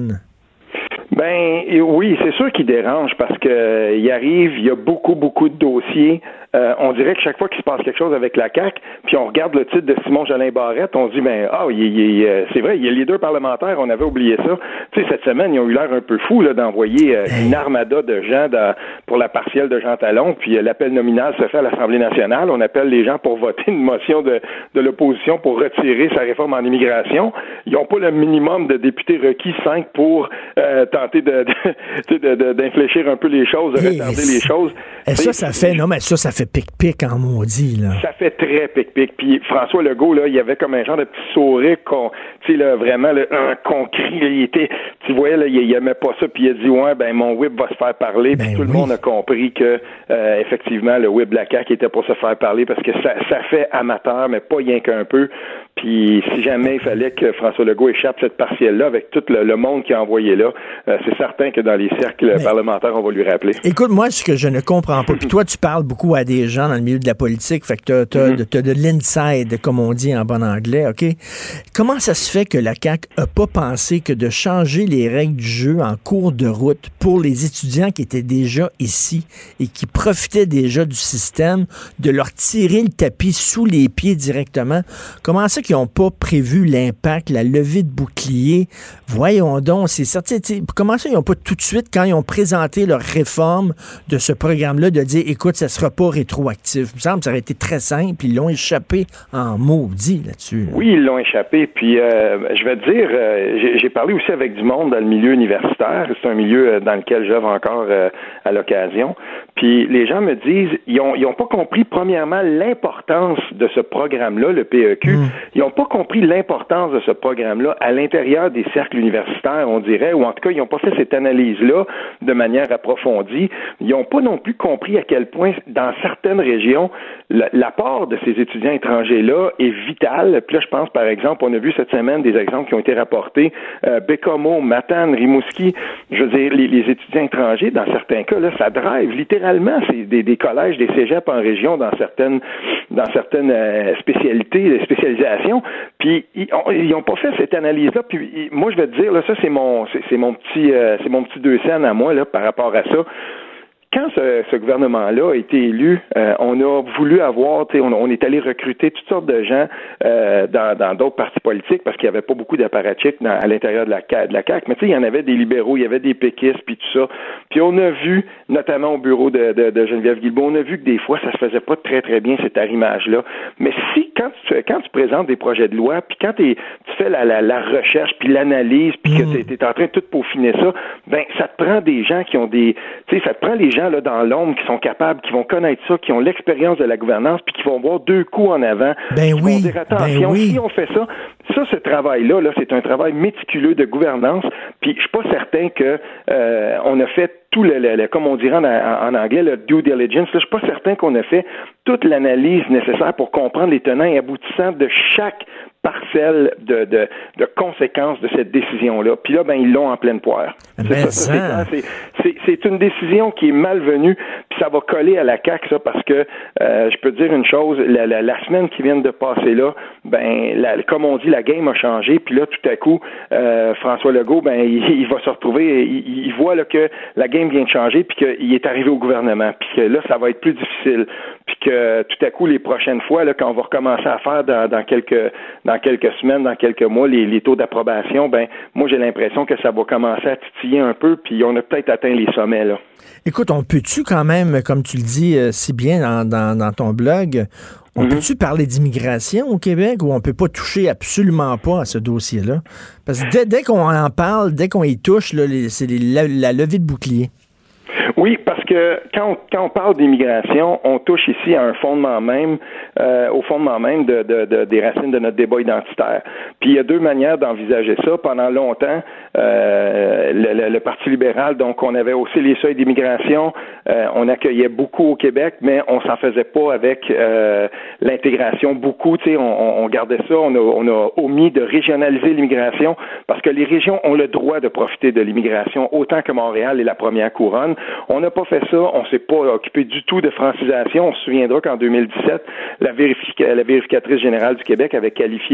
Ben oui, c'est sûr qu'il dérange, parce que il arrive, il y a beaucoup de dossiers. On dirait que chaque fois qu'il se passe quelque chose avec la CAQ, puis on regarde le titre de Simon Jolin Barrette, on se dit c'est vrai, il y a les 2 parlementaires, on avait oublié ça. Tu sais, cette semaine, ils ont eu l'air un peu fous là d'envoyer une armada de gens pour la partielle de Jean Talon, puis l'appel nominal se fait à l'Assemblée nationale. On appelle les gens pour voter une motion de l'opposition pour retirer sa réforme en immigration. Ils n'ont pas le minimum de députés requis, 5 pour tenter d'infléchir un peu les choses, de retarder les choses. Et ça fait pic-pic en maudit, là. Ça fait très pic-pic. Puis François Legault, là, il y avait comme un genre de petit sourire vraiment concret. Il était, tu voyais, là, il aimait pas ça, puis il a dit, ouais, ben mon whip va se faire parler. Puis tout le monde a compris que, effectivement, le whip de la CAQ était pour se faire parler, parce que ça fait amateur, mais pas rien qu'un peu. Puis si jamais il fallait que François Legault échappe cette partielle-là, avec tout le monde qui a envoyé là, c'est certain que dans les cercles parlementaires, on va lui rappeler. Écoute, moi, ce que je ne comprends pas, puis toi, tu parles beaucoup à des gens dans le milieu de la politique, fait que t'as de l'inside, comme on dit en bon anglais, OK? Comment ça se fait que la CAQ a pas pensé que de changer les règles du jeu en cours de route pour les étudiants qui étaient déjà ici et qui profitaient déjà du système, de leur tirer le tapis sous les pieds directement? Comment ça qu'ils n'ont pas prévu l'impact, la levée de bouclier? Voyons donc, c'est certain. Comment ça ils n'ont pas tout de suite, quand ils ont présenté leur réforme de ce programme-là, de dire, écoute, ça ne sera pas rétroactif? Il me semble que ça aurait été très simple. Ils l'ont échappé en maudit là-dessus. Là. Oui, ils l'ont échappé. Puis, je vais te dire, j'ai parlé aussi avec du monde dans le milieu universitaire. C'est un milieu dans lequel j'œuvre encore à l'occasion. Puis, les gens me disent, ils ont pas compris, premièrement, l'importance de ce programme-là, le PEQ. Ils n'ont pas compris l'importance de ce programme-là à l'intérieur des cercles universitaires, on dirait, ou en tout cas, ils n'ont pas fait cette analyse-là de manière approfondie. Ils n'ont pas non plus compris à quel point, dans certaines régions, l'apport de ces étudiants étrangers-là est vital. Puis là, je pense, par exemple, on a vu cette semaine des exemples qui ont été rapportés, Bécomo, Matane, Rimouski. Je veux dire, les étudiants étrangers, dans certains cas, là, ça drive littéralement. C'est des collèges, des cégeps en région, dans certaines spécialisations. Puis ils n'ont pas fait cette analyse-là. Puis moi, je vais te dire, là, ça, c'est mon petit 2 cents à moi là par rapport à ça. Quand ce gouvernement-là a été élu, on a voulu avoir, on est allé recruter toutes sortes de gens dans d'autres partis politiques, parce qu'il n'y avait pas beaucoup d'apparatchiks à l'intérieur de la CAQ, mais tu sais, il y en avait des libéraux, il y avait des péquistes, puis tout ça. Puis on a vu, notamment au bureau de Geneviève Guilbeault, on a vu que des fois, ça se faisait pas très, très bien, cet arrimage-là. Mais quand tu présentes des projets de loi, puis quand tu fais la recherche, puis l'analyse, puis que tu es en train de tout peaufiner ça, ben ça te prend des gens qui ont ça te prend les gens là dans l'ombre qui sont capables, qui vont connaître ça, qui ont l'expérience de la gouvernance, puis qui vont voir 2 coups en avant. Ben oui. Vont dire, attention, si on fait ça, ce travail-là, c'est un travail méticuleux de gouvernance. Puis je suis pas certain que on a fait tout comme on dirait en anglais, le due diligence. Là, je suis pas certain qu'on a fait toute l'analyse nécessaire pour comprendre les tenants et aboutissants de chaque parcelle de conséquences de cette décision-là. Puis là, ben ils l'ont en pleine poire. C'est une décision qui est malvenue. Puis ça va coller à la CAQ, ça, parce que je peux te dire une chose, la semaine qui vient de passer là, comme on dit, la game a changé, puis là, tout à coup, François Legault, il va se retrouver, il voit là, que la game vient de changer, puis qu'il est arrivé au gouvernement, puis que là, ça va être plus difficile, puis que tout à coup, les prochaines fois, là, quand on va recommencer à faire dans quelques semaines, dans quelques mois, les taux d'approbation, moi, j'ai l'impression que ça va commencer à titiller un peu, puis on a peut-être atteint les sommets, là. Écoute, on peut-tu quand même, comme tu le dis si bien dans ton blog, on peut-tu parler d'immigration au Québec ou on peut pas toucher absolument pas à ce dossier-là? Parce que dès qu'on en parle, dès qu'on y touche, là, c'est la levée de bouclier. Oui, parce que quand on parle d'immigration, on touche ici à un fondement même, au fondement même des racines de notre débat identitaire. Puis il y a deux manières d'envisager ça. Pendant longtemps, le Parti libéral, donc on avait haussé les seuils d'immigration, on accueillait beaucoup au Québec, mais on s'en faisait pas avec l'intégration beaucoup. Tu sais, on gardait ça, on a omis de régionaliser l'immigration parce que les régions ont le droit de profiter de l'immigration autant que Montréal et la première couronne. On n'a pas fait ça, on s'est pas occupé du tout de francisation. On se souviendra qu'en 2017, la vérificatrice générale du Québec avait qualifié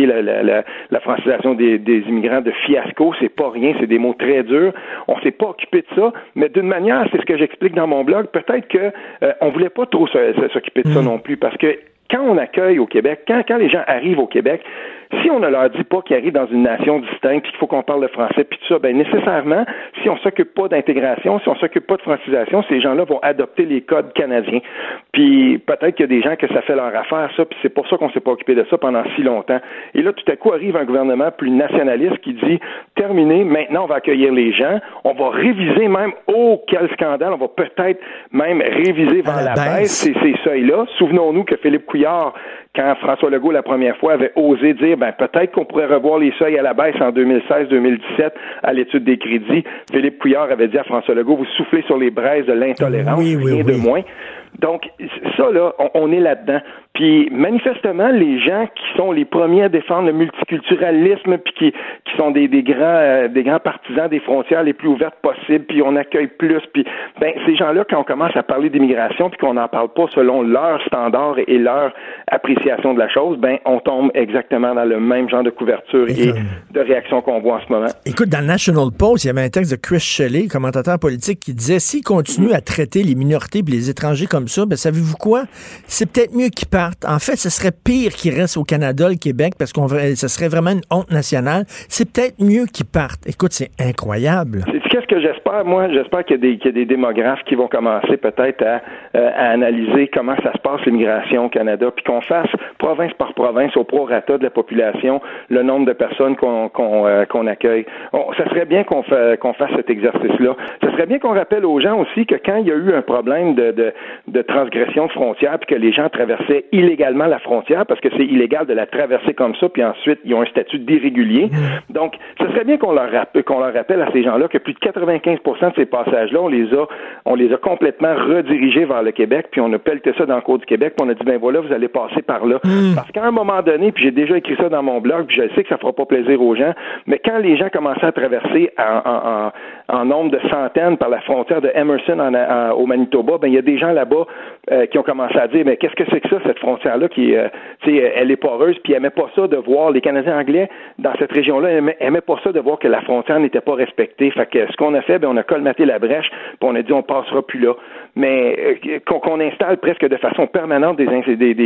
la francisation des immigrants de fiasco. C'est pas rien, c'est des mots très durs. On s'est pas occupé de ça, mais d'une manière, c'est ce que j'explique dans mon blog, peut-être que on voulait pas trop s'occuper de ça non plus, parce que quand on accueille au Québec, quand les gens arrivent au Québec, si on ne leur dit pas qu'ils arrivent dans une nation distincte, puis qu'il faut qu'on parle le français, puis tout ça, nécessairement, si on s'occupe pas d'intégration, si on s'occupe pas de francisation, ces gens-là vont adopter les codes canadiens. Puis peut-être qu'il y a des gens que ça fait leur affaire, ça, puis c'est pour ça qu'on s'est pas occupé de ça pendant si longtemps. Et là, tout à coup, arrive un gouvernement plus nationaliste qui dit, terminé, maintenant on va accueillir les gens, on va réviser même, quel scandale, on va peut-être même réviser vers la baisse ces seuils-là. Souvenons-nous que Philippe Couillard, quand François Legault, la première fois, avait osé dire, peut-être qu'on pourrait revoir les seuils à la baisse en 2016-2017 à l'étude des crédits. Philippe Couillard avait dit à François Legault, vous soufflez sur les braises de l'intolérance, rien de moins. Donc, ça, là, on est là-dedans. Puis, manifestement, les gens qui sont les premiers à défendre le multiculturalisme, puis qui sont des grands partisans des frontières les plus ouvertes possibles, puis on accueille plus, puis ces gens-là, quand on commence à parler d'immigration, puis qu'on n'en parle pas selon leurs standards et leur appréciation de la chose, on tombe exactement dans le même genre de couverture et de réaction qu'on voit en ce moment. Écoute, dans le National Post, il y avait un texte de Chris Shelley, commentateur politique, qui disait, s'ils continuent à traiter les minorités et les étrangers comme ça, savez-vous quoi? C'est peut-être mieux qu'ils partent. En fait, ce serait pire qu'ils restent au Canada, le Québec, parce que ce serait vraiment une honte nationale. C'est peut-être mieux qu'ils partent. Écoute, c'est incroyable. Qu'est-ce que j'espère? Moi, j'espère qu'il y a des démographes qui vont commencer peut-être à analyser comment ça se passe l'immigration au Canada, puis qu'on fasse province par province, au prorata de la population, le nombre de personnes qu'on accueille. Ça serait bien qu'on fasse cet exercice-là. Ça serait bien qu'on rappelle aux gens aussi que quand il y a eu un problème de transgression de frontières, puis que les gens traversaient illégalement la frontière, parce que c'est illégal de la traverser comme ça, puis ensuite, ils ont un statut d'irrégulier. Donc, ça serait bien qu'on leur rappelle à ces gens-là que plus de 95% de ces passages-là, on les a complètement redirigés vers le Québec, puis on a pelleté ça dans le cours du Québec, puis on a dit, voilà, vous allez passer par là. Parce qu'à un moment donné, puis j'ai déjà écrit ça dans mon blog, puis je sais que ça fera pas plaisir aux gens, mais quand les gens commençaient à traverser en nombre de centaines par la frontière de Emerson au Manitoba, il y a des gens là-bas qui ont commencé à dire, mais qu'est-ce que c'est que ça, cette frontière-là qui, elle est poreuse, puis ils n'aimaient pas ça de voir, les Canadiens anglais dans cette région-là, aimaient pas ça de voir que la frontière n'était pas respectée. Fait que ce qu'on a fait, on a colmaté la brèche, puis on a dit on passera plus là. Mais qu'on installe presque de façon permanente des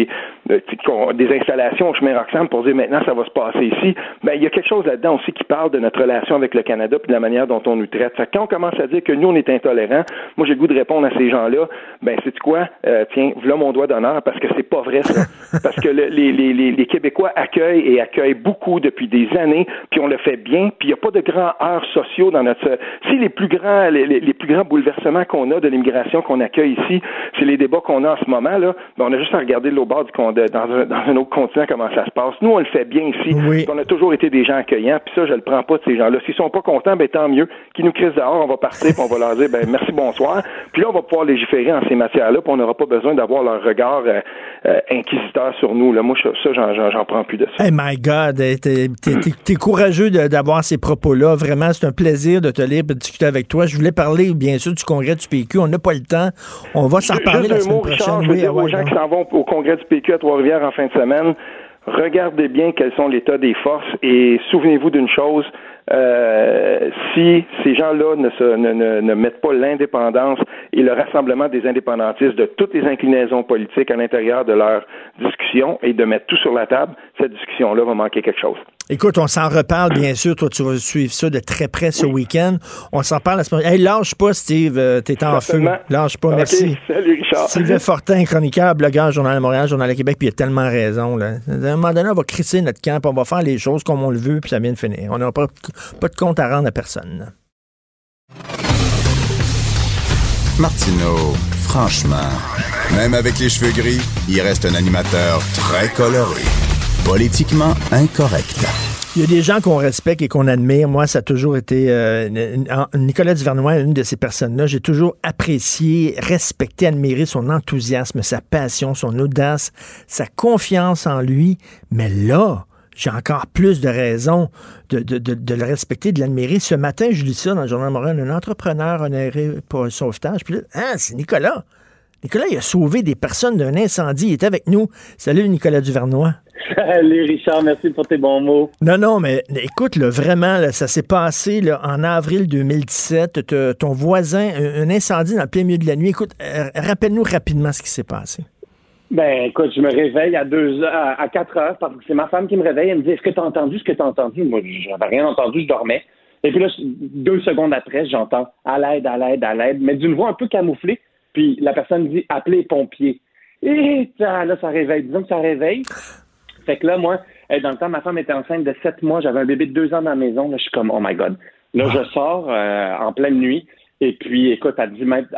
installations au chemin Roxham pour dire maintenant ça va se passer ici, il y a quelque chose là-dedans aussi qui parle de notre relation avec le Canada puis de la manière dont on nous traite. Fait que quand on commence à dire que nous on est intolérants, moi j'ai le goût de répondre à ces gens-là, sais-tu quoi, tiens, voilà mon doigt d'honneur parce que c'est pas vrai ça. Parce que les Québécois accueillent beaucoup depuis des années, puis on le fait bien, puis il n'y a pas de grands heurts sociaux dans notre... Si les plus grands bouleversements qu'on a de l'immigration qu'on accueille ici, c'est les débats qu'on a en ce moment, là, on a juste à regarder de l'autre bord dans un autre continent comment ça se passe. Nous, on le fait bien ici. Oui. On a toujours été des gens accueillants, puis ça, je le prends pas de ces gens-là. S'ils sont pas contents, tant mieux. Qu'ils nous crissent dehors, on va partir, puis on va leur dire merci, bonsoir. Puis là, on va pouvoir légiférer en ces matières-là, puis on n'aura pas besoin d'avoir leur regard inquisiteur sur nous. Là. Moi, ça, j'en prends plus de ça. Hey my God, t'es courageux d'avoir ces propos-là. Vraiment, c'est un plaisir de te lire et de discuter avec toi. Je voulais parler, bien sûr, du congrès du PQ. On n'a pas le temps. On va s'en reparler la semaine prochaine. Richard, je veux dire aux gens qui s'en vont au congrès du PQ à Trois-Rivières en fin de semaine, regardez bien quels sont l'état des forces et souvenez-vous d'une chose, si ces gens-là ne mettent pas l'indépendance et le rassemblement des indépendantistes de toutes les inclinaisons politiques à l'intérieur de leur discussion et de mettre tout sur la table, cette discussion-là va manquer quelque chose. Écoute, on s'en reparle, bien sûr. Toi, tu vas suivre ça de très près ce week-end. On s'en parle la semaine prochaine. Hey, lâche pas, Steve. T'es en feu. Lâche pas, merci. Salut, Richard. Sylvain Fortin, chroniqueur, blogueur, Journal de Montréal, Journal de Québec, puis il a tellement raison. Là. À un moment donné, on va crisser notre camp, puis on va faire les choses comme on le veut, puis ça vient de finir. On n'aura pas de compte à rendre à personne. Martineau, franchement, même avec les cheveux gris, il reste un animateur très coloré. Politiquement incorrect. Il y a des gens qu'on respecte et qu'on admire. Moi, ça a toujours été... Nicolas Duvernois, une de ces personnes-là, j'ai toujours apprécié, respecté, admiré son enthousiasme, sa passion, son audace, sa confiance en lui. Mais là, j'ai encore plus de raisons de le respecter, de l'admirer. Ce matin, je lis ça dans le Journal de Montréal, un entrepreneur honoré pour un sauvetage. Puis là, c'est Nicolas. Nicolas, il a sauvé des personnes d'un incendie. Il est avec nous. Salut, Nicolas Duvernois. Salut, Richard. Merci pour tes bons mots. Non, mais écoute, là, vraiment, là, ça s'est passé là, en avril 2017. Ton voisin, un incendie dans le plein milieu de la nuit. Écoute, rappelle-nous rapidement ce qui s'est passé. Ben, écoute, je me réveille à 4 heures parce que c'est ma femme qui me réveille. Elle me dit, est-ce que tu as entendu ce que tu as entendu? Moi, je n'avais rien entendu, je dormais. Et puis là, 2 secondes après, j'entends à l'aide, à l'aide, à l'aide, mais d'une voix un peu camouflée. Puis la personne dit, appelez les pompiers. Et là, ça réveille. Disons que ça réveille. Fait que là, moi, dans le temps, ma femme était enceinte de 7 mois. J'avais un bébé de 2 ans dans la maison. Là, je suis comme, oh my God. Là, je sors en pleine nuit. Et puis, écoute, à 10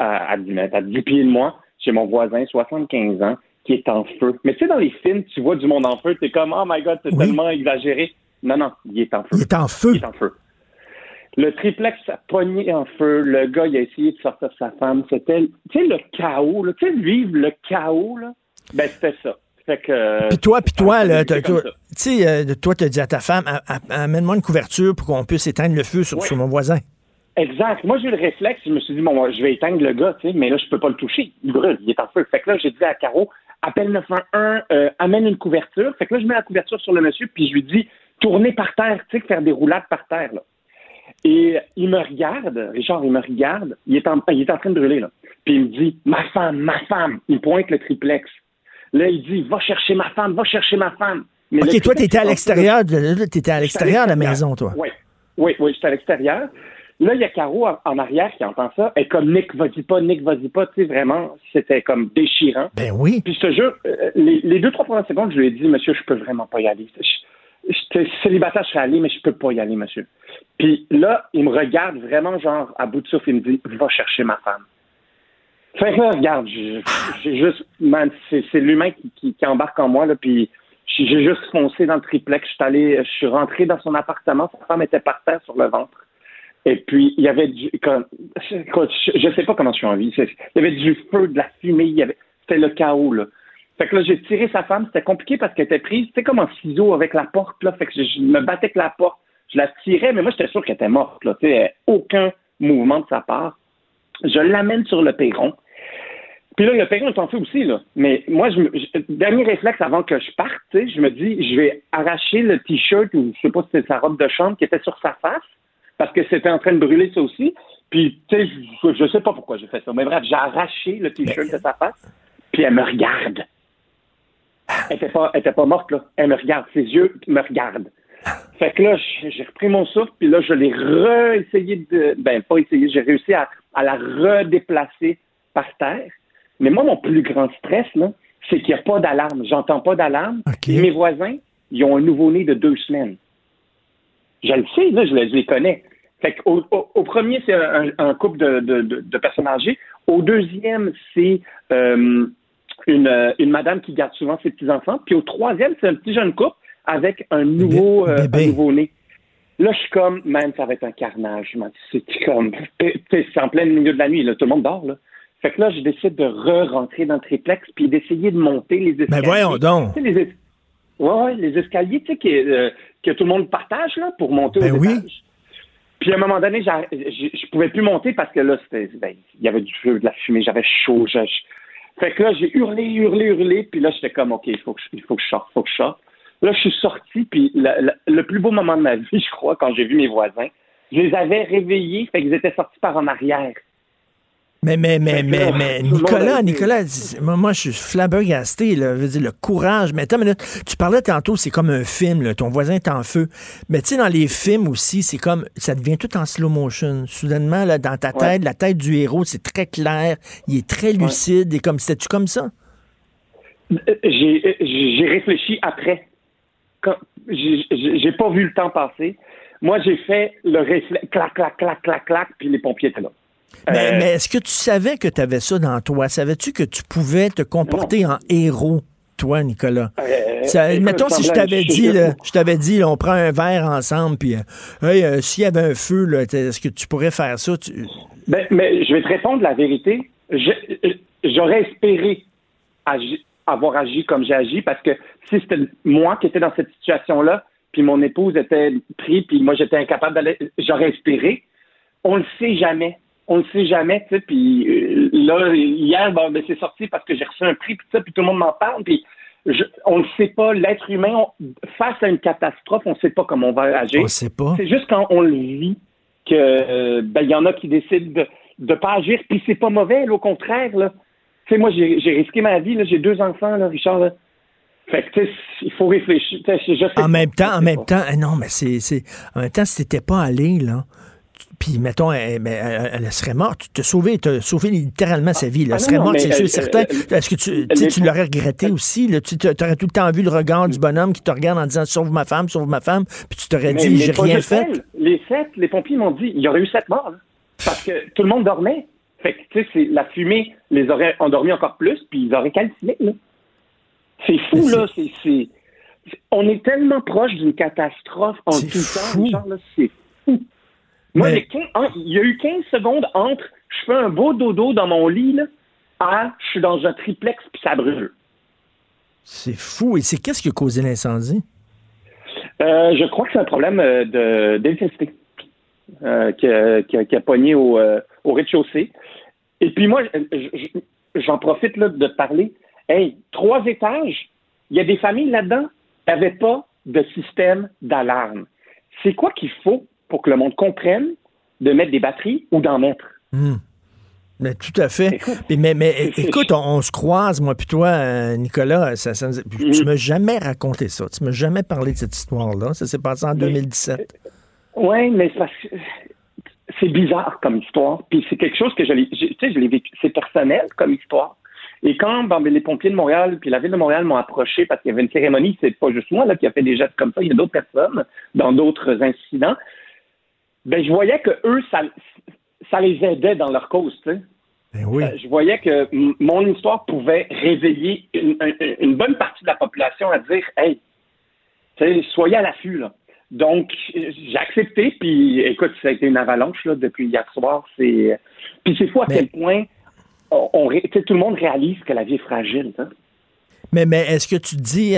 pieds de moi, j'ai mon voisin, 75 ans, qui est en feu. Mais tu sais, dans les films, tu vois du monde en feu. T'es comme, oh my God, c'est tellement exagéré. Non, il est en feu. Il est en feu. Il est en feu. Le triplex a pogné en feu. Le gars, il a essayé de sortir sa femme. C'était, tu sais, le chaos. Tu sais, vivre le chaos, là. Ben, c'était ça. Fait que. Puis toi, là, tu sais, toi, t'as dit à ta femme, amène-moi une couverture pour qu'on puisse éteindre le feu sur mon voisin. Exact. Moi, j'ai eu le réflexe. Je me suis dit, bon, je vais éteindre le gars, tu sais, mais là, je peux pas le toucher. Il brûle, il est en feu. Fait que là, j'ai dit à Caro, appelle 911, amène une couverture. Fait que là, je mets la couverture sur le monsieur, puis je lui dis, tourner par terre, tu sais, faire des roulades par terre, là. Et il me regarde, Richard, il est en train de brûler, là. Puis il me dit, ma femme. Il pointe le triplex. Là, il dit, va chercher ma femme. Mais OK, toi, t'étais à l'extérieur de la maison, toi. Oui, j'étais à l'extérieur. Là, il y a Caro en arrière qui entend ça. Elle est comme, Nick, vas-y pas. Tu sais, vraiment, c'était comme déchirant. Ben oui. Puis je te jure, les 2-3 premières secondes, je lui ai dit, monsieur, je peux vraiment pas y aller. J'étais célibataire, je serais allé, mais je peux pas y aller, monsieur. Puis là, il me regarde vraiment, genre, à bout de souffle, il me dit, va chercher ma femme. Fait que là, regarde, j'ai juste, man, c'est l'humain qui embarque en moi, là, puis j'ai juste foncé dans le triplex. Je suis rentré dans son appartement, sa femme était par terre sur le ventre. Et puis, il y avait je sais pas comment je suis en vie. Il y avait du feu, de la fumée, c'était le chaos, là. Fait que là, j'ai tiré sa femme. C'était compliqué parce qu'elle était prise, c'était comme en ciseaux avec la porte, là. Fait que je me battais avec la porte. Je la tirais, mais moi, j'étais sûr qu'elle était morte, là. Tu sais, aucun mouvement de sa part. Je l'amène sur le perron. Puis là, le perron est en feu aussi, là. Mais moi, dernier réflexe avant que je parte, tu sais, je me dis, je vais arracher le T-shirt ou je sais pas si c'est sa robe de chambre qui était sur sa face parce que c'était en train de brûler ça aussi. Puis, tu sais, je sais pas pourquoi j'ai fait ça. Mais bref, j'ai arraché le T-shirt de sa face. Puis elle me regarde. Elle était pas morte, là. Elle me regarde. Ses yeux me regardent. Fait que là, j'ai repris mon souffle, puis là, je l'ai j'ai réussi à la redéplacer par terre. Mais moi, mon plus grand stress, là, c'est qu'il n'y a pas d'alarme. J'entends pas d'alarme. Okay. Mes voisins, ils ont un nouveau-né de 2 semaines. Je le sais, là, je les connais. Fait au premier, c'est un couple de personnes âgées. Au deuxième, c'est une madame qui garde souvent ses petits-enfants. Puis au troisième, c'est un petit jeune couple avec un nouveau-né. Là, je suis comme, man, ça va être un carnage. C'est comme, c'est en plein milieu de la nuit, là, tout le monde dort, là. Fait que là, je décide de re-rentrer dans le triplex puis d'essayer de monter les escaliers. Mais voyons donc! Tu sais, les escaliers, tu sais, que tout le monde partage, là, pour monter aux étages. Puis à un moment donné, je pouvais plus monter parce que là, il y avait du feu, de la fumée, j'avais chaud. Fait que là, j'ai hurlé, puis là, j'étais comme, OK, il faut que je sorte. Là, je suis sorti, puis le plus beau moment de ma vie, je crois, quand j'ai vu mes voisins, je les avais réveillés, fait qu'ils étaient sortis par en arrière. Mais Nicolas, moi, je suis flabbergasté, là. Je veux dire, le courage. Mais attends une minute, tu parlais tantôt, c'est comme un film, là, ton voisin est en feu. Mais tu sais, dans les films aussi, c'est comme, ça devient tout en slow motion. Soudainement, là, dans ta tête, la tête du héros, c'est très clair, il est très lucide, et comme, c'était-tu comme ça? J'ai réfléchi après. J'ai pas vu le temps passer. Moi, j'ai fait le réflexe, clac, clac, clac, clac, clac, puis les pompiers étaient là. Mais est-ce que tu savais que tu avais ça dans toi? Savais-tu que tu pouvais te comporter en héros, toi, Nicolas? Mettons, si je t'avais dit, on prend un verre ensemble, puis s'il y avait un feu, là, est-ce que tu pourrais faire ça? Mais je vais te répondre la vérité. J'aurais espéré avoir agi comme j'ai agi, parce que si c'était moi qui étais dans cette situation-là, puis mon épouse était prise, puis moi j'étais incapable d'aller, j'aurais espéré. On le sait jamais. Tu sais, puis là, hier, c'est sorti parce que j'ai reçu un prix, puis tout le monde m'en parle, puis on ne sait pas, l'être humain, face à une catastrophe, on ne sait pas comment on va agir. On sait pas. C'est juste quand on le vit que, il y en a qui décident de pas agir, puis c'est pas mauvais, là, au contraire, là. Tu sais, moi, j'ai risqué ma vie, là, j'ai 2 enfants, là, Richard, là. Fait que, tu sais, il faut réfléchir. En même temps, non, mais en même temps, si t'étais pas allé, là, puis, mettons, elle serait morte. Tu t'as sauvé littéralement sa vie. Elle serait morte, c'est sûr, certain. Est-ce que tu l'aurais regretté aussi? Tu aurais tout le temps vu le regard du bonhomme qui te regarde en disant « Sauve ma femme », puis tu t'aurais dit « J'ai rien fait ». Les pompiers m'ont dit « Il y aurait eu 7 morts. » Parce que tout le monde dormait. Fait que, tu sais, la fumée les aurait endormis encore plus, puis ils auraient calciné, là. C'est fou, là. On est tellement proche d'une catastrophe en tout temps, genre, là, c'est fou. Moi, il y a eu 15 secondes entre je fais un beau dodo dans mon lit, là, je suis dans un triplex puis ça brûle. C'est fou. Et c'est qu'est-ce qui a causé l'incendie? Je crois que c'est un problème d'électricité qui a pogné au rez-de-chaussée. Et puis moi, j'en profite là, de te parler. Hey, 3 étages, il y a des familles là-dedans qui n'avaient pas de système d'alarme. C'est quoi qu'il faut pour que le monde comprenne de mettre des batteries ou d'en mettre? Mais tout à fait. Mais écoute, on se croise, moi puis toi, Nicolas, tu m'as jamais raconté ça. Tu m'as jamais parlé de cette histoire-là. Ça s'est passé en 2017. Oui, mais c'est bizarre comme histoire. Puis c'est quelque chose que je l'ai vécu. C'est personnel comme histoire. Et quand les pompiers de Montréal puis la Ville de Montréal m'ont approché parce qu'il y avait une cérémonie, c'est pas juste moi là, qui a fait des gestes comme ça, il y a d'autres personnes dans d'autres incidents, je voyais que eux, ça les aidait dans leur cause, tu sais. Ben oui. Je voyais que mon histoire pouvait réveiller une bonne partie de la population à dire « Hey, soyez à l'affût, là. » Donc, j'ai accepté, puis écoute, ça a été une avalanche là, depuis hier soir. Puis c'est fou à quel point tout le monde réalise que la vie est fragile. Hein? Mais est-ce que tu te dis,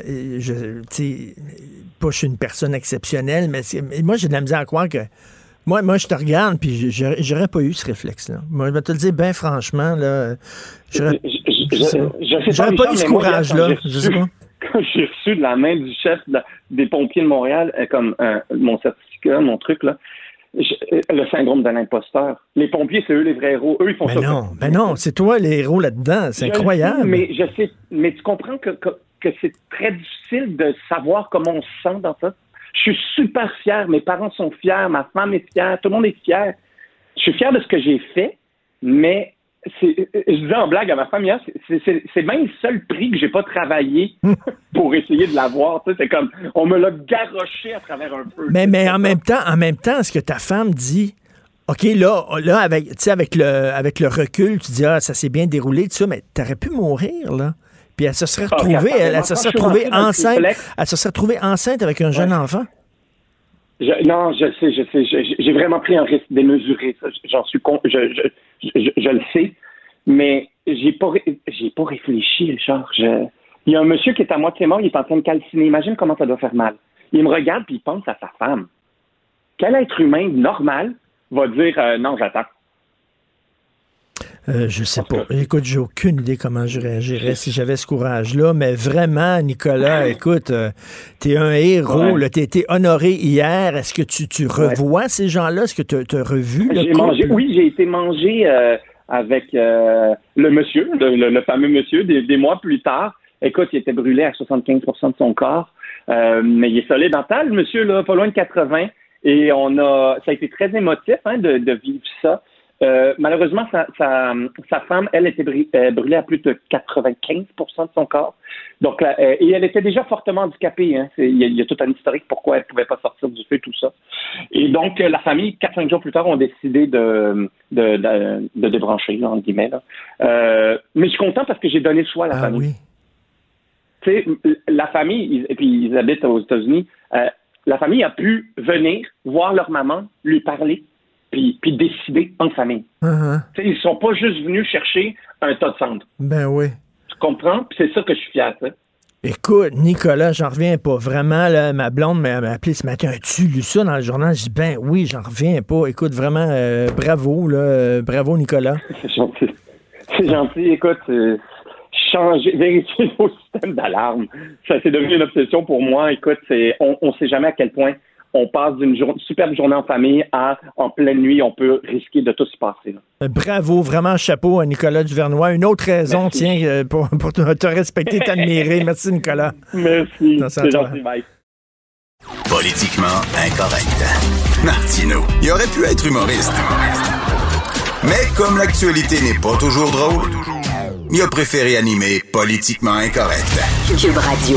pas je suis une personne exceptionnelle, mais moi j'ai de la misère à croire que moi je te regarde puis j'aurais pas eu ce réflexe-là. Moi je vais te le dire bien franchement là, j'aurais pas eu ce courage-là. Je sais pas. Quand j'ai reçu de la main du chef des pompiers de Montréal comme mon certificat, mon truc là. Le syndrome de l'imposteur. Les pompiers, c'est eux les vrais héros. Eux, ils font ça. Non, c'est toi les héros là-dedans. C'est incroyable. Mais tu comprends que c'est très difficile de savoir comment on se sent dans ça. Je suis super fier. Mes parents sont fiers. Ma femme est fière. Tout le monde est fier. Je suis fier de ce que j'ai fait, mais je disais en blague à ma femme hier, c'est même le seul prix que j'ai pas travaillé pour essayer de l'avoir. Tu sais, c'est comme, on me l'a garroché à travers un feu. Mais en même temps, est-ce que ta femme dit, OK, là avec le recul, tu dis, ça s'est bien déroulé, tout ça, mais t'aurais pu mourir, là. Puis elle se serait retrouvée enceinte avec un jeune enfant. Je sais. J'ai vraiment pris un risque démesuré. Ça, j'en suis je le sais. Mais j'ai pas réfléchi, Richard. Il y a un monsieur qui est à moitié mort, il est en train de calciner. Imagine comment ça doit faire mal. Il me regarde puis il pense à sa femme. Quel être humain normal va dire non, j'attends? Je sais pas. Écoute, j'ai aucune idée comment je réagirais si j'avais ce courage-là, mais vraiment, Nicolas, écoute, t'es un héros, là, t'as été honoré hier. Est-ce que tu revois ces gens-là? Est-ce que tu as revu le couple? Oui, j'ai été manger avec le monsieur, le fameux monsieur, des mois plus tard. Écoute, il était brûlé à 75% de son corps, mais il est solide en taille, le monsieur, là, pas loin de 80, et ça a été très émotif de vivre ça. Malheureusement, sa femme, elle, était brûlée à plus de 95% de son corps. Donc, et elle était déjà fortement handicapée. Hein. Il y a tout un historique pourquoi elle ne pouvait pas sortir du feu, tout ça. Et donc, la famille, 4-5 jours plus tard, ont décidé de débrancher, là, entre guillemets. Là. Mais je suis content parce que j'ai donné le choix à la famille. Oui. Tu sais, la famille, et puis ils habitent aux États-Unis, la famille a pu venir voir leur maman, lui parler, puis décider en famille. Uh-huh. Ils ne sont pas juste venus chercher un tas de cendres. Ben oui. Tu comprends? Puis c'est ça que je suis fier. T'sais. Écoute, Nicolas, j'en reviens pas. Vraiment, là, ma blonde m'a appelé ce matin. As-tu lu ça dans le journal? Je dis, ben oui, j'en reviens pas. Écoute, vraiment, bravo, là. Bravo, Nicolas. C'est gentil. C'est gentil. Écoute, vérifier nos systèmes d'alarme. Ça s'est devenu une obsession pour moi. Écoute, on sait jamais à quel point on passe d'une superbe journée en famille à, en pleine nuit, on peut risquer de tout se passer. Là. Bravo, vraiment chapeau à Nicolas Duvernois. Une autre raison, Merci. tiens, pour te respecter, t'admirer. Merci, Nicolas. Merci. C'est gentil, Mike. Politiquement incorrect. Martineau, il aurait pu être humoriste. Mais comme l'actualité n'est pas toujours drôle, il a préféré animer Politiquement incorrect. Cube Radio.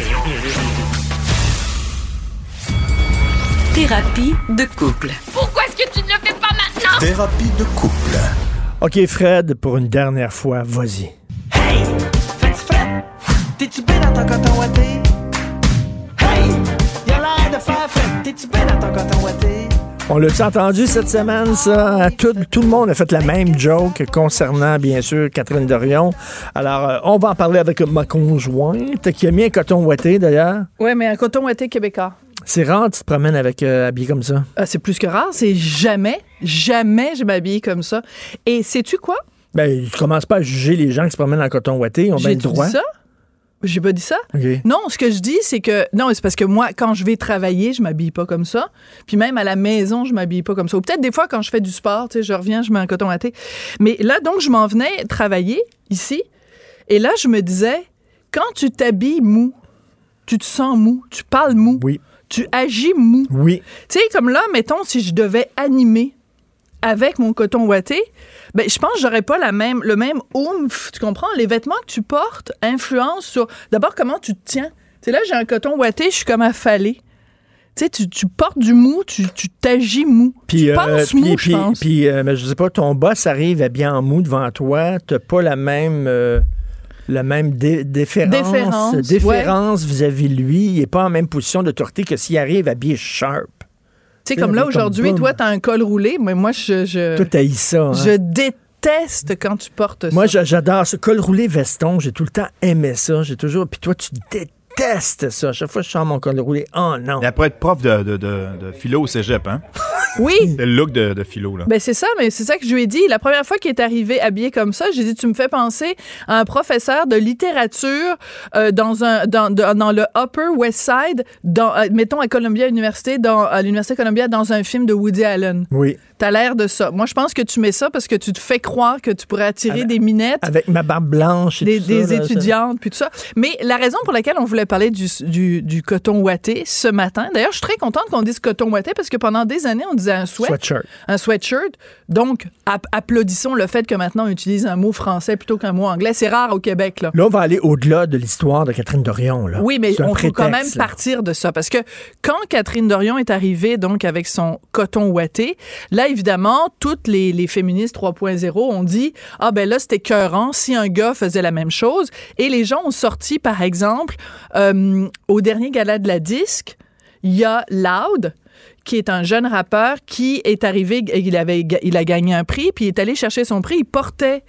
Thérapie de couple. Pourquoi est-ce que tu ne le fais pas maintenant? Thérapie de couple. OK, Fred, pour une dernière fois, vas-y. Hey! Fais-tu fret? T'es-tu bien dans ton coton ouaté? Hey! Y'a l'air de faire fret. T'es-tu bien dans ton coton ouaté? On l'a-tu entendu cette semaine, ça? Tout le monde a fait la même joke concernant, bien sûr, Catherine Dorion. Alors, on va en parler avec ma conjointe, qui a mis un coton ouaté, d'ailleurs. Oui, mais un coton ouaté québécois. C'est rare que tu te promènes avec habillé comme ça. C'est plus que rare. C'est jamais je m'habille comme ça. Et sais-tu quoi? Ben, tu commences pas à juger les gens qui se promènent en coton ouaté. Ils ont bien le droit. J'ai dit ça? J'ai pas dit ça? Okay. Non, ce que je dis, c'est que... Non, c'est parce que moi, quand je vais travailler, je m'habille pas comme ça. Puis même à la maison, je m'habille pas comme ça. Ou peut-être des fois, quand je fais du sport, tu sais, je reviens, je mets un coton ouaté. Mais là, donc, je m'en venais travailler ici. Et là, je me disais, quand tu t'habilles mou, tu te sens mou, tu parles mou. Oui. Tu agis mou. Oui. Tu sais, comme là, mettons, si je devais animer avec mon coton ouaté, ben, je pense que j'aurais pas le même oomph. Tu comprends? Les vêtements que tu portes influencent sur, d'abord, comment tu te tiens. Tu sais, là, j'ai un coton ouaté, je suis comme affalée. Tu sais, tu portes du mou, tu t'agis mou. Puis, tu penses mou, je pense. Puis, je sais pas, ton boss arrive habillé en mou devant toi, t'as pas la même déférence vis-à-vis de lui. Il n'est pas en même position d'autorité que s'il arrive habillé sharp. Tu sais, comme là, aujourd'hui, toi, t'as un col roulé, mais moi, Toi, t'haïs ça. Hein? Je déteste quand tu portes ça. Moi, j'adore ce col roulé veston. J'ai tout le temps aimé ça. J'ai toujours... Puis toi, tu détestes ça. Chaque fois que je sors mon col roulé, oh non. Il a pour être prof de philo au cégep, hein? Oui. C'est le look de philo, là. Ben c'est ça, mais c'est ça que je lui ai dit. La première fois qu'il est arrivé habillé comme ça, j'ai dit, tu me fais penser à un professeur de littérature dans le Upper West Side, mettons à Columbia University, à l'Université Columbia, dans un film de Woody Allen. Oui. T'as l'air de ça. Moi, je pense que tu mets ça parce que tu te fais croire que tu pourrais attirer des minettes. Avec ma barbe blanche et des étudiantes, puis tout ça. Mais la raison pour laquelle on voulait parler du coton ouaté ce matin, d'ailleurs, je suis très contente qu'on dise coton ouaté parce que pendant des années, on disait un sweatshirt. Donc, applaudissons le fait que maintenant, on utilise un mot français plutôt qu'un mot anglais. C'est rare au Québec, là. Là, on va aller au-delà de l'histoire de Catherine Dorion, là. Oui, mais on faut quand même partir de ça. Parce que quand Catherine Dorion est arrivée, donc, avec son coton ouaté, là, évidemment, toutes les féministes 3.0 ont dit « Ah, ben là, c'était écœurant si un gars faisait la même chose. » Et les gens ont sorti, par exemple, au dernier gala de la disque, il y a Loud, qui est un jeune rappeur qui est arrivé, il a gagné un prix, puis il est allé chercher son prix, il portait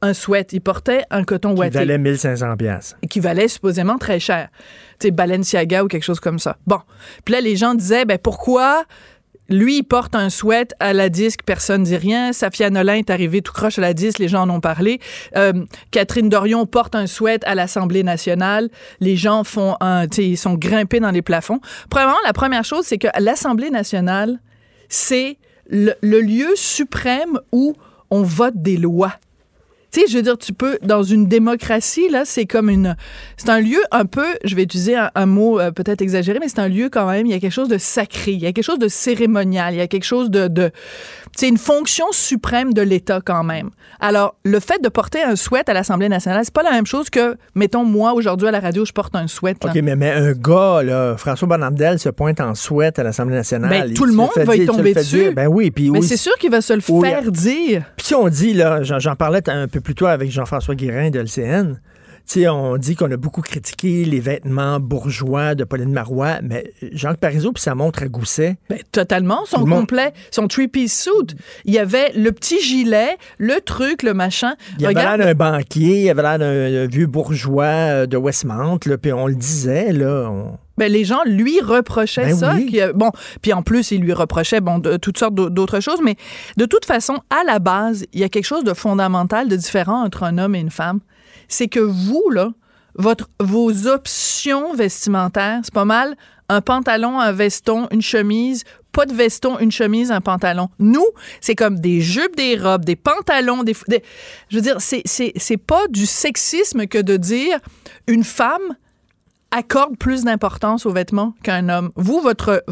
un sweat, il portait un coton ouaté. Qui valait 1500 $. Qui valait supposément très cher. Tu sais, Balenciaga ou quelque chose comme ça. Bon. Puis là, les gens disaient, pourquoi lui, il porte un sweat à la disque, personne ne dit rien. Safia Nolin est arrivée tout croche à la disque, les gens en ont parlé. Catherine Dorion porte un sweat à l'Assemblée nationale. Les gens ils sont grimpés dans les plafonds. Premièrement, la première chose, c'est que l'Assemblée nationale, c'est le lieu suprême où on vote des lois. Tu sais, je veux dire, tu peux, dans une démocratie, là, c'est un lieu un peu, je vais utiliser un mot peut-être exagéré, mais c'est un lieu quand même, il y a quelque chose de sacré, il y a quelque chose de cérémonial, il y a quelque chose c'est une fonction suprême de l'État quand même. Alors, le fait de porter un sweat à l'Assemblée nationale, c'est pas la même chose que, mettons, moi, aujourd'hui, à la radio, je porte un sweat. Là. OK, mais un gars, là, François Bonnardel se pointe en sweat à l'Assemblée nationale. Tout le monde va y tomber dessus. Oui, puis mais c'est sûr qu'il va se le faire dire. Puis si on dit, là, j'en parlais un peu plus tôt avec Jean-François Guérin de LCN, tu sais, on dit qu'on a beaucoup critiqué les vêtements bourgeois de Pauline Marois, mais Jacques Parizeau puis sa montre à gousset. Totalement, son complet, son three-piece suit. Il y avait le petit gilet, le truc, le machin. Il avait l'air d'un banquier, il avait l'air d'un vieux bourgeois de Westmount, puis on le disait, là. Les gens lui reprochaient ça. Oui. Puis en plus, ils lui reprochaient de toutes sortes d'autres choses. Mais de toute façon, à la base, il y a quelque chose de fondamental, de différent entre un homme et une femme. C'est que vous, là, vos options vestimentaires, c'est pas mal un pantalon, un veston, une chemise, pas de veston, une chemise, un pantalon. Nous, c'est comme des jupes, des robes, des pantalons, je veux dire, c'est pas du sexisme que de dire une femme accorde plus d'importance aux vêtements qu'un homme. Vous, votre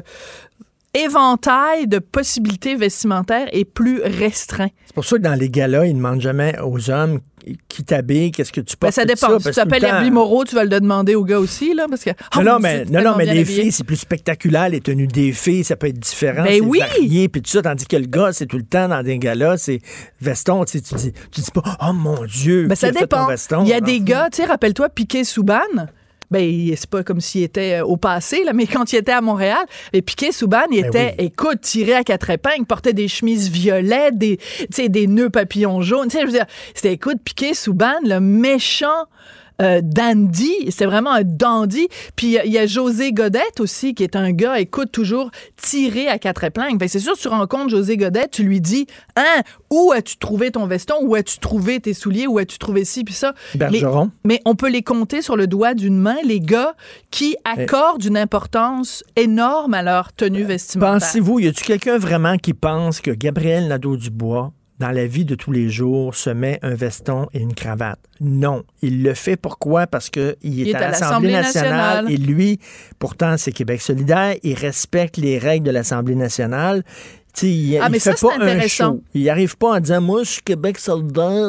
éventail de possibilités vestimentaires est plus restreint. C'est pour ça que dans les galas, ils ne demandent jamais aux hommes qui t'habille, qu'est-ce que tu portes. Ça dépend. Si tu t'appelles Herbie Moreau, tu vas le demander aux gars aussi, là, parce que... Non, mais les filles, c'est plus spectaculaire. Les tenues des filles, ça peut être différent. C'est varié, puis tout ça, tandis que le gars, c'est tout le temps dans des galas, c'est veston, tu dis pas, oh mon Dieu, ça dépend. Veston? Il y a des gars, tu sais, rappelle-toi, Piquet Souban. C'est pas comme s'il était au passé, là, mais quand il était à Montréal, Piquet Souban, il était, écoute, tiré à quatre épingles, portait des chemises violettes, des nœuds papillons jaunes. Je veux dire, c'était, écoute, Piquet Souban, le méchant dandy, c'était vraiment un dandy. Puis il y a José Godette aussi, qui est un gars, écoute, toujours tiré à quatre épingles. C'est sûr, tu rencontres José Godette, tu lui dis, où as-tu trouvé ton veston, où as-tu trouvé tes souliers, où as-tu trouvé ci, puis ça. Bergeron. Mais on peut les compter sur le doigt d'une main, les gars qui accordent une importance énorme à leur tenue vestimentaire. Pensez-vous, y a-tu quelqu'un vraiment qui pense que Gabriel Nadeau-Dubois, dans la vie de tous les jours, se met un veston et une cravate? Non. Il le fait pourquoi? Parce qu'il est à l'Assemblée nationale. Et lui, pourtant, c'est Québec solidaire. Il respecte les règles de l'Assemblée nationale. Il fait pas un show. Il n'arrive pas en disant, moi, je suis Québec solidaire,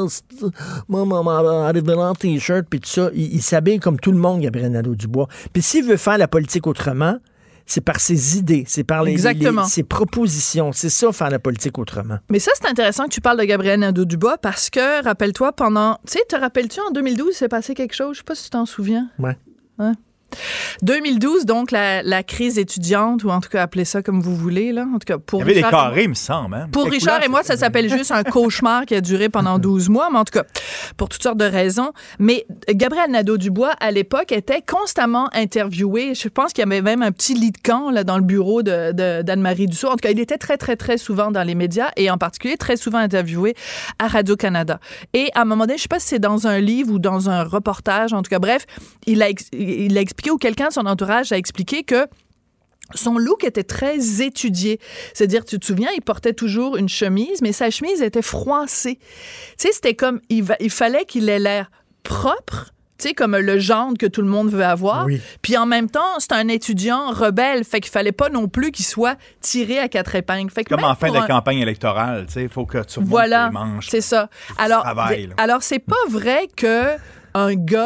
arrivé en T-shirt, puis tout ça. Il s'habille comme tout le monde, Gabriel Nadeau-Dubois. Puis s'il veut faire la politique autrement, c'est par ses idées, c'est par ses propositions. C'est ça, faire la politique autrement. Mais ça, c'est intéressant que tu parles de Gabriel Nadeau-Dubois parce que, rappelle-toi, te rappelles-tu, en 2012, il s'est passé quelque chose? Je sais pas si tu t'en souviens. Ouais. 2012, donc, la crise étudiante, ou en tout cas, appelez ça comme vous voulez, là. En tout cas, pour il y avait Richard des carrés, il me semble. Hein? Pour Richard et moi, ça s'appelle juste un cauchemar qui a duré pendant 12 mois, mais en tout cas, pour toutes sortes de raisons. Mais Gabriel Nadeau-Dubois, à l'époque, était constamment interviewé. Je pense qu'il y avait même un petit lit de camp là, dans le bureau d'Anne-Marie Dussault. En tout cas, il était très, très, très souvent dans les médias et en particulier très souvent interviewé à Radio-Canada. Et à un moment donné, je ne sais pas si c'est dans un livre ou dans un reportage, en tout cas, bref, il a expliqué, ou quelqu'un de son entourage a expliqué que son look était très étudié. C'est-à-dire, tu te souviens, il portait toujours une chemise, mais sa chemise était froissée. Tu sais, c'était comme, il fallait qu'il ait l'air propre, tu sais, comme le genre que tout le monde veut avoir. Oui. Puis en même temps, c'est un étudiant rebelle, fait qu'il fallait pas non plus qu'il soit tiré à quatre épingles. Fait que comme en fin de campagne électorale, tu sais, il faut que tu remontes les manches. C'est ça. Alors, c'est pas vrai que un gars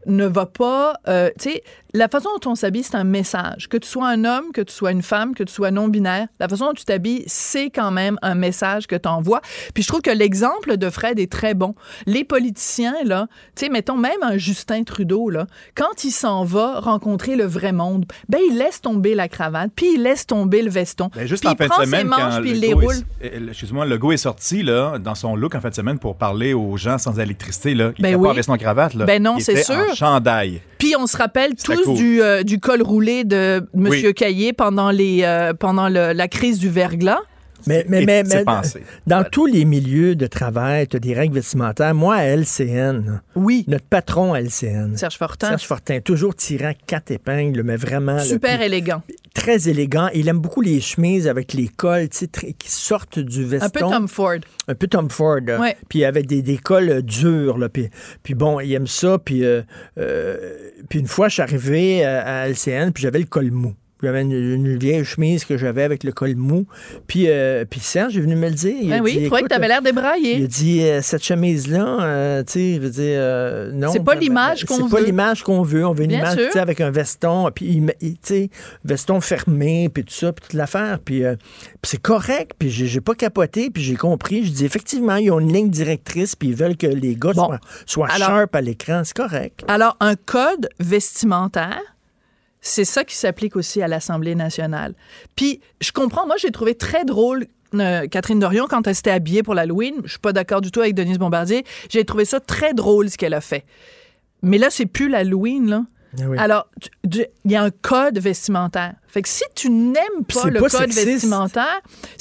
ne va pas... tu sais, la façon dont on s'habille, c'est un message. Que tu sois un homme, que tu sois une femme, que tu sois non-binaire, la façon dont tu t'habilles, c'est quand même un message que tu envoies. Puis je trouve que l'exemple de Fred est très bon. Les politiciens, là, tu sais, mettons même un Justin Trudeau, là, quand il s'en va rencontrer le vrai monde, ben il laisse tomber la cravate, puis il laisse tomber le veston. Ben, juste puis en fin de semaine, quand Legault est sorti là, dans son look en fin de semaine pour parler aux gens sans électricité, là, il n'était pas avec son cravate. Là. Ben non, il c'est était sûr. En chandail. Puis on se rappelle tous du col roulé de M. Caillé pendant la crise du verglas. Mais dans tous les milieux de travail, tu as des règles vestimentaires. Moi, à LCN, notre patron à LCN, Serge Fortin, toujours tirant 4 épingles, mais vraiment... Super élégant. Très élégant. Il aime beaucoup les chemises avec les cols qui sortent du veston. Un peu Tom Ford. Ouais. Puis avec des cols durs. Là. Puis bon, il aime ça. Puis une fois, je suis arrivé à LCN, puis j'avais le col mou. J'avais une vieille chemise que j'avais avec le col mou. Puis Serge est venu me le dire. Il dit, je croyais que tu avais l'air débraillé. Il a dit, cette chemise-là, tu sais, je veux dire, non. C'est pas l'image qu'on veut. C'est pas l'image qu'on veut. On veut une image, tu sais, avec un veston, puis, tu sais, veston fermé, puis tout ça, puis toute l'affaire. Puis c'est correct, puis j'ai pas capoté, puis j'ai compris. Je dis, effectivement, ils ont une ligne directrice, puis ils veulent que les gars soient sharp à l'écran. C'est correct. Alors, un code vestimentaire, c'est ça qui s'applique aussi à l'Assemblée nationale. Puis, je comprends, moi, j'ai trouvé très drôle Catherine Dorion quand elle s'était habillée pour l'Halloween. Je suis pas d'accord du tout avec Denise Bombardier. J'ai trouvé ça très drôle, ce qu'elle a fait. Mais là, c'est plus l'Halloween, là. Oui. Alors, il y a un code vestimentaire. Fait que si tu n'aimes pas le code vestimentaire,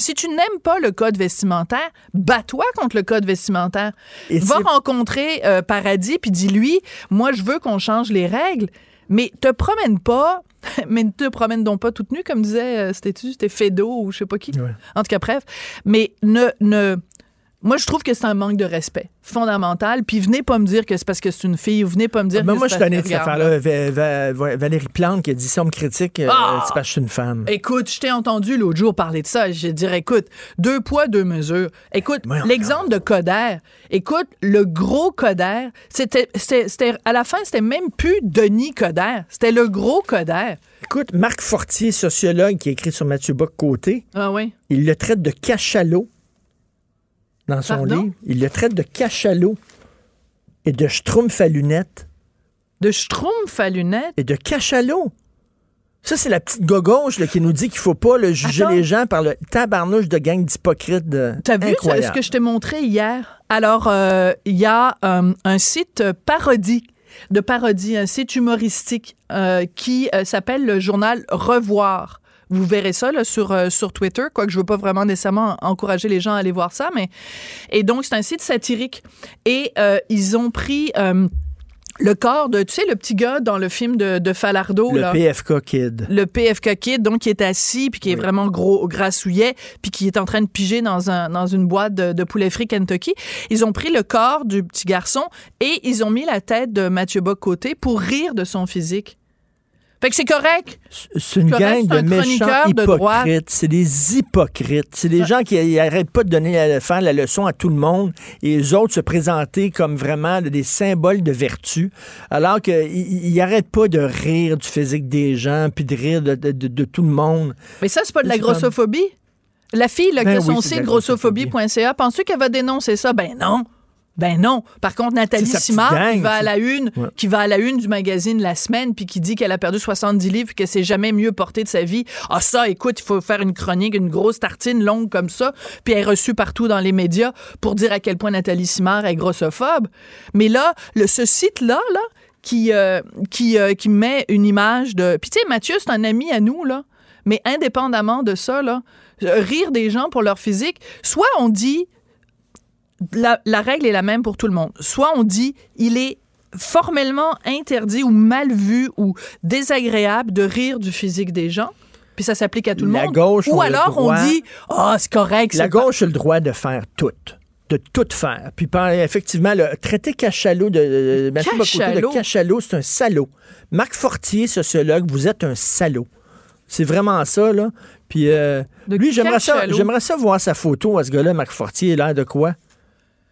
bats-toi contre le code vestimentaire. Va rencontrer Paradis, puis dis-lui, moi, je veux qu'on change les règles. Mais te promène pas, mais ne te promène donc pas toute nue, comme disait, c'était Fédo ou je sais pas qui. Ouais. En tout cas, bref. Mais moi, je trouve que c'est un manque de respect fondamental. Puis venez pas me dire que c'est parce que c'est une fille, ou venez pas me dire que c'est parce que... Moi, je suis tanné de cette affaire-là. Valérie Plante qui a dit, si on me critique, c'est parce que je suis une femme. Écoute, je t'ai entendu l'autre jour parler de ça. Je dirais, écoute, 2 poids, 2 mesures. Écoute, l'exemple de Coderre. Écoute, le gros Coderre, c'était à la fin, c'était même plus Denis Coderre. C'était le gros Coderre. Écoute, Marc Fortier, sociologue, qui a écrit sur Mathieu Bock-Côté, il le traite de cachalot. Dans son livre, il le traite de cachalot et de schtroumpf à lunettes. De schtroumpf à lunettes? Et de cachalot. Ça, c'est la petite gauche qui nous dit qu'il ne faut pas juger les gens par le tabarnouche de gang d'hypocrites. T'as vu ce que je t'ai montré hier? Alors, il y a un site de parodie, un site humoristique qui s'appelle le journal Revoir. Vous verrez ça là, sur Twitter, quoique je ne veux pas vraiment nécessairement encourager les gens à aller voir ça. Et donc, c'est un site satirique. Et ils ont pris le corps de, tu sais, le petit gars dans le film de Falardeau. Le PFK Kid. Le PFK Kid, donc qui est assis, puis qui est vraiment grassouillet, puis qui est en train de piger dans une boîte de poulet frit Kentucky. Ils ont pris le corps du petit garçon et ils ont mis la tête de Mathieu Bock-Côté pour rire de son physique. Fait que c'est correct. C'est une gang de méchants hypocrites. C'est des hypocrites. C'est des gens qui n'arrêtent pas de faire la leçon à tout le monde et les autres se présenter comme vraiment des symboles de vertu, alors qu'ils n'arrêtent pas de rire du physique des gens puis de rire de tout le monde. Mais ça, c'est pas de la grossophobie? La fille qui a son site grossophobie.ca, penses-tu qu'elle va dénoncer ça? Ben non. Ben non. Par contre, Nathalie Simard, qui va à la une du magazine La Semaine, puis qui dit qu'elle a perdu 70 livres, puis qu'elle s'est jamais mieux portée de sa vie. Ah ça, écoute, il faut faire une chronique, une grosse tartine longue comme ça, puis elle est reçue partout dans les médias pour dire à quel point Nathalie Simard est grossophobe. Mais là, ce site-là, qui met une image de... Puis tu sais, Mathieu, c'est un ami à nous, là. Mais indépendamment de ça, là, rire des gens pour leur physique, soit on dit... La règle est la même pour tout le monde. Soit on dit il est formellement interdit ou mal vu ou désagréable de rire du physique des gens, puis ça s'applique à tout le monde. Ou alors on dit c'est correct. La gauche a le droit de faire tout. De tout faire. Puis effectivement, le traité cachalot de Mathieu Bock-Côté de cachalot, c'est un salaud. Marc Fortier, sociologue, vous êtes un salaud. C'est vraiment ça, là. Puis lui, j'aimerais ça voir sa photo à ce gars-là, Marc Fortier, l'air de quoi?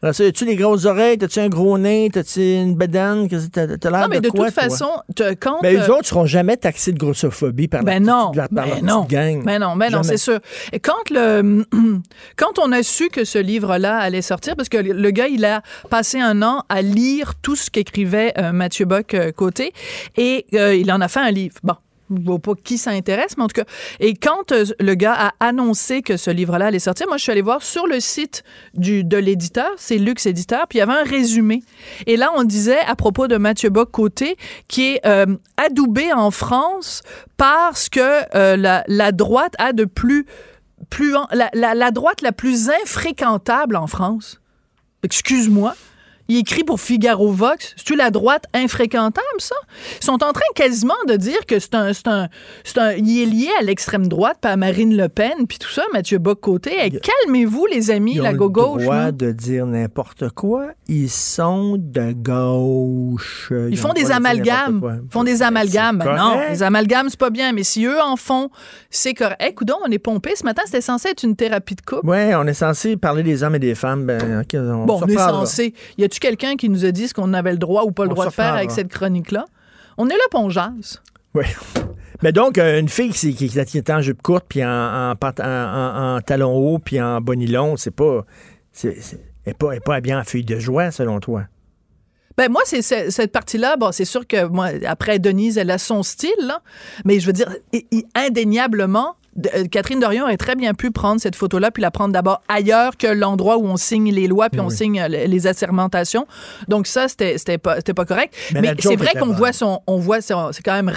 As-tu des grosses oreilles? T'as-tu un gros nez? T'as-tu une bedaine? T'as l'air de quoi? Non, mais de toute façon, quand... Mais eux autres ne seront jamais taxés de grossophobie par la petite gang. Mais non, c'est sûr. Et quand on a su que ce livre-là allait sortir, parce que le gars, il a passé un an à lire tout ce qu'écrivait Mathieu Bock-Côté, et il en a fait un livre. Bon. Je ne vois pas qui ça intéresse, mais en tout cas. Et quand le gars a annoncé que ce livre-là allait sortir, moi, je suis allée voir sur le site de l'éditeur, c'est Luxe Éditeur, puis il y avait un résumé. Et là, on disait, à propos de Mathieu Bock-Côté, qui est adoubé en France parce que la droite a de la droite la plus infréquentable en France. Excuse-moi. Il écrit pour Figaro Vox. C'est-tu la droite infréquentable, ça? Ils sont en train quasiment de dire que il est lié à l'extrême droite, puis à Marine Le Pen, puis tout ça, Mathieu Bock-Côté. Calmez-vous, les amis, la gauche. Ils ont le droit de dire n'importe quoi. Ils sont de gauche. Ils font des amalgames. Ils font des amalgames. Non, les amalgames, c'est pas bien, mais si eux en font, c'est correct. Hey, coudonc, on est pompé. Ce matin, c'était censé être une thérapie de couple. Oui, on est censé parler des hommes et des femmes. On est censé. Y a-tu quelqu'un qui nous a dit ce qu'on avait le droit ou pas le droit de faire avec cette chronique-là? On est là pour on jase. Oui. Mais donc, une fille qui est en jupe courte, puis en talons hauts, puis en bonilon, c'est pas habillée en fille de joie, selon toi? Ben moi, c'est cette partie-là, bon, c'est sûr que moi, après Denise, elle a son style, là, mais je veux dire, indéniablement, Catherine Dorion aurait très bien pu prendre cette photo-là puis la prendre d'abord ailleurs que l'endroit où on signe les lois puis on signe les assermentations. Donc ça, c'était pas correct. Mais c'est vrai qu'on voit c'est quand même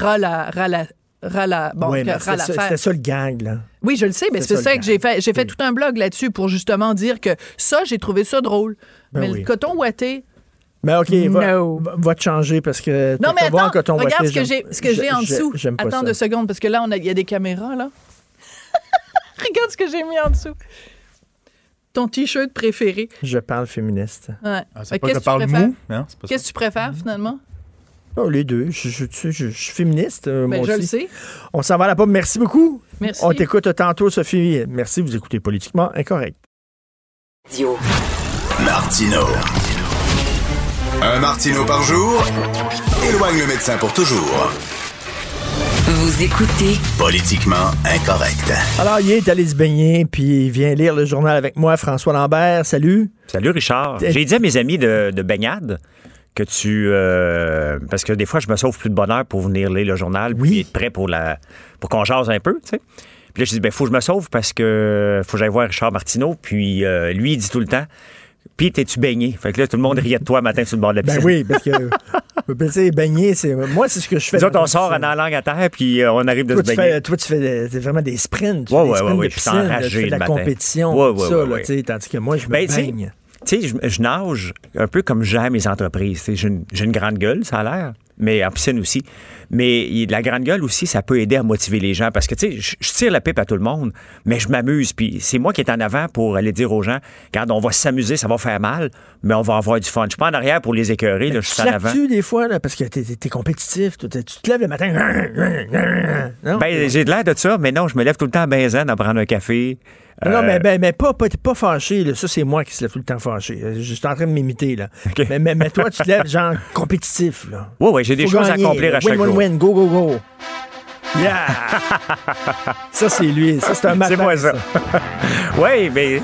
c'était ça le gag, là. Oui, je le sais, mais c'est ça que j'ai fait tout un blog là-dessus pour justement dire que ça, j'ai trouvé ça drôle. Mais le coton ouaté... Mais OK, va te changer parce que... Non, mais attends, regarde ce que j'ai en dessous. Attends 2 secondes, parce que là, il y a des caméras, là. Regarde ce que j'ai mis en dessous. Ton T-shirt préféré. Je parle féministe. Ouais. C'est pas que je parle mou. Qu'est-ce que tu préfères, finalement? Oh, les deux. Je suis féministe, moi aussi. Je le sais. On s'en va à la pub. Merci beaucoup. Merci. On t'écoute tantôt, Sophie. Merci, vous écoutez Politiquement Incorrect. Martineau. Un Martineau par jour éloigne le médecin pour toujours. Vous écoutez Politiquement Incorrect. Alors, il est allé se baigner, puis il vient lire le journal avec moi, François Lambert. Salut. Salut, Richard. J'ai dit à mes amis de baignade que parce que des fois, je me sauve plus de bonne heure pour venir lire le journal, puis être prêt pour qu'on jase un peu, tu sais. Puis là, je dis, faut que je me sauve parce que faut que j'aille voir Richard Martineau, puis lui, il dit tout le temps, puis t'es-tu baigné? Fait que là, tout le monde riait de toi matin sur le bord de la piscine. Ben oui, parce que baigner, moi, c'est ce que je fais. Nous autres, on sort en langue à terre, puis on arrive de se baigner. Toi, tu fais vraiment des sprints. Oui, puis tu fais de la compétition, tout ça, tandis que moi, je me baigne. Tu sais, je nage un peu comme j'aime mes entreprises. J'ai une grande gueule, ça a l'air, mais en piscine aussi. Mais la grande gueule aussi, ça peut aider à motiver les gens parce que, tu sais, je tire la pipe à tout le monde, mais je m'amuse. Puis c'est moi qui est en avant pour aller dire aux gens, regarde, on va s'amuser, ça va faire mal, mais on va avoir du fun. Je suis pas en arrière pour les écœurer, là, je suis en avant. Tu des fois, là, parce que t'es compétitif. Tu te lèves le matin. Non? Ben, j'ai de l'air de ça, mais non, je me lève tout le temps à benzen à prendre un café. Non, mais pas fâché. Là. Ça, c'est moi qui se lève tout le temps fâché. Je suis en train de m'imiter. Là. Okay. Mais toi, tu te lèves genre compétitif. Oui, j'ai des choses à accomplir à chaque jour. Win, go. Yeah! Ça, c'est lui. Ça, c'est un matin. C'est moi, ça. Oui, mais...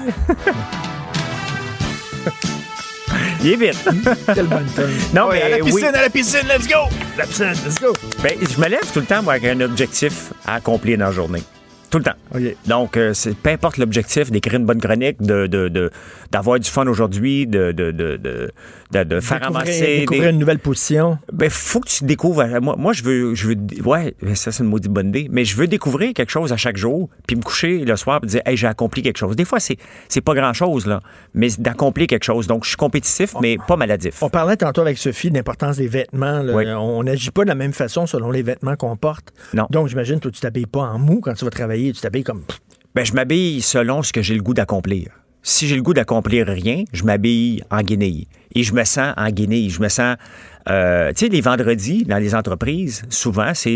Il est vite. Quelle bonne tonne. Non, mais à la piscine, let's go! La piscine, let's go! Ben, je me lève tout le temps, moi, avec un objectif à accomplir dans la journée. Tout le temps. Okay. Donc, peu importe l'objectif, d'écrire une bonne chronique, d'avoir du fun aujourd'hui, de faire avancer... Découvrir une nouvelle position. Ben, faut que tu découvres... Moi, je veux... Ouais, ça, c'est une maudite bonne idée. Mais je veux découvrir quelque chose à chaque jour, puis me coucher le soir et dire, hey, j'ai accompli quelque chose. Des fois, c'est pas grand-chose, là, mais d'accomplir quelque chose. Donc, je suis compétitif, mais pas maladif. On parlait tantôt avec Sophie de l'importance des vêtements. Oui. On n'agit pas de la même façon selon les vêtements qu'on porte. Non. Donc, j'imagine, toi, tu t'habilles pas en mou quand tu vas travailler. Tu t'habilles comme... Ben, je m'habille selon ce que j'ai le goût d'accomplir. Si j'ai le goût d'accomplir rien, je m'habille en guenille. Et je me sens en guenille. Je me sens... tu sais, les vendredis, dans les entreprises, souvent, c'est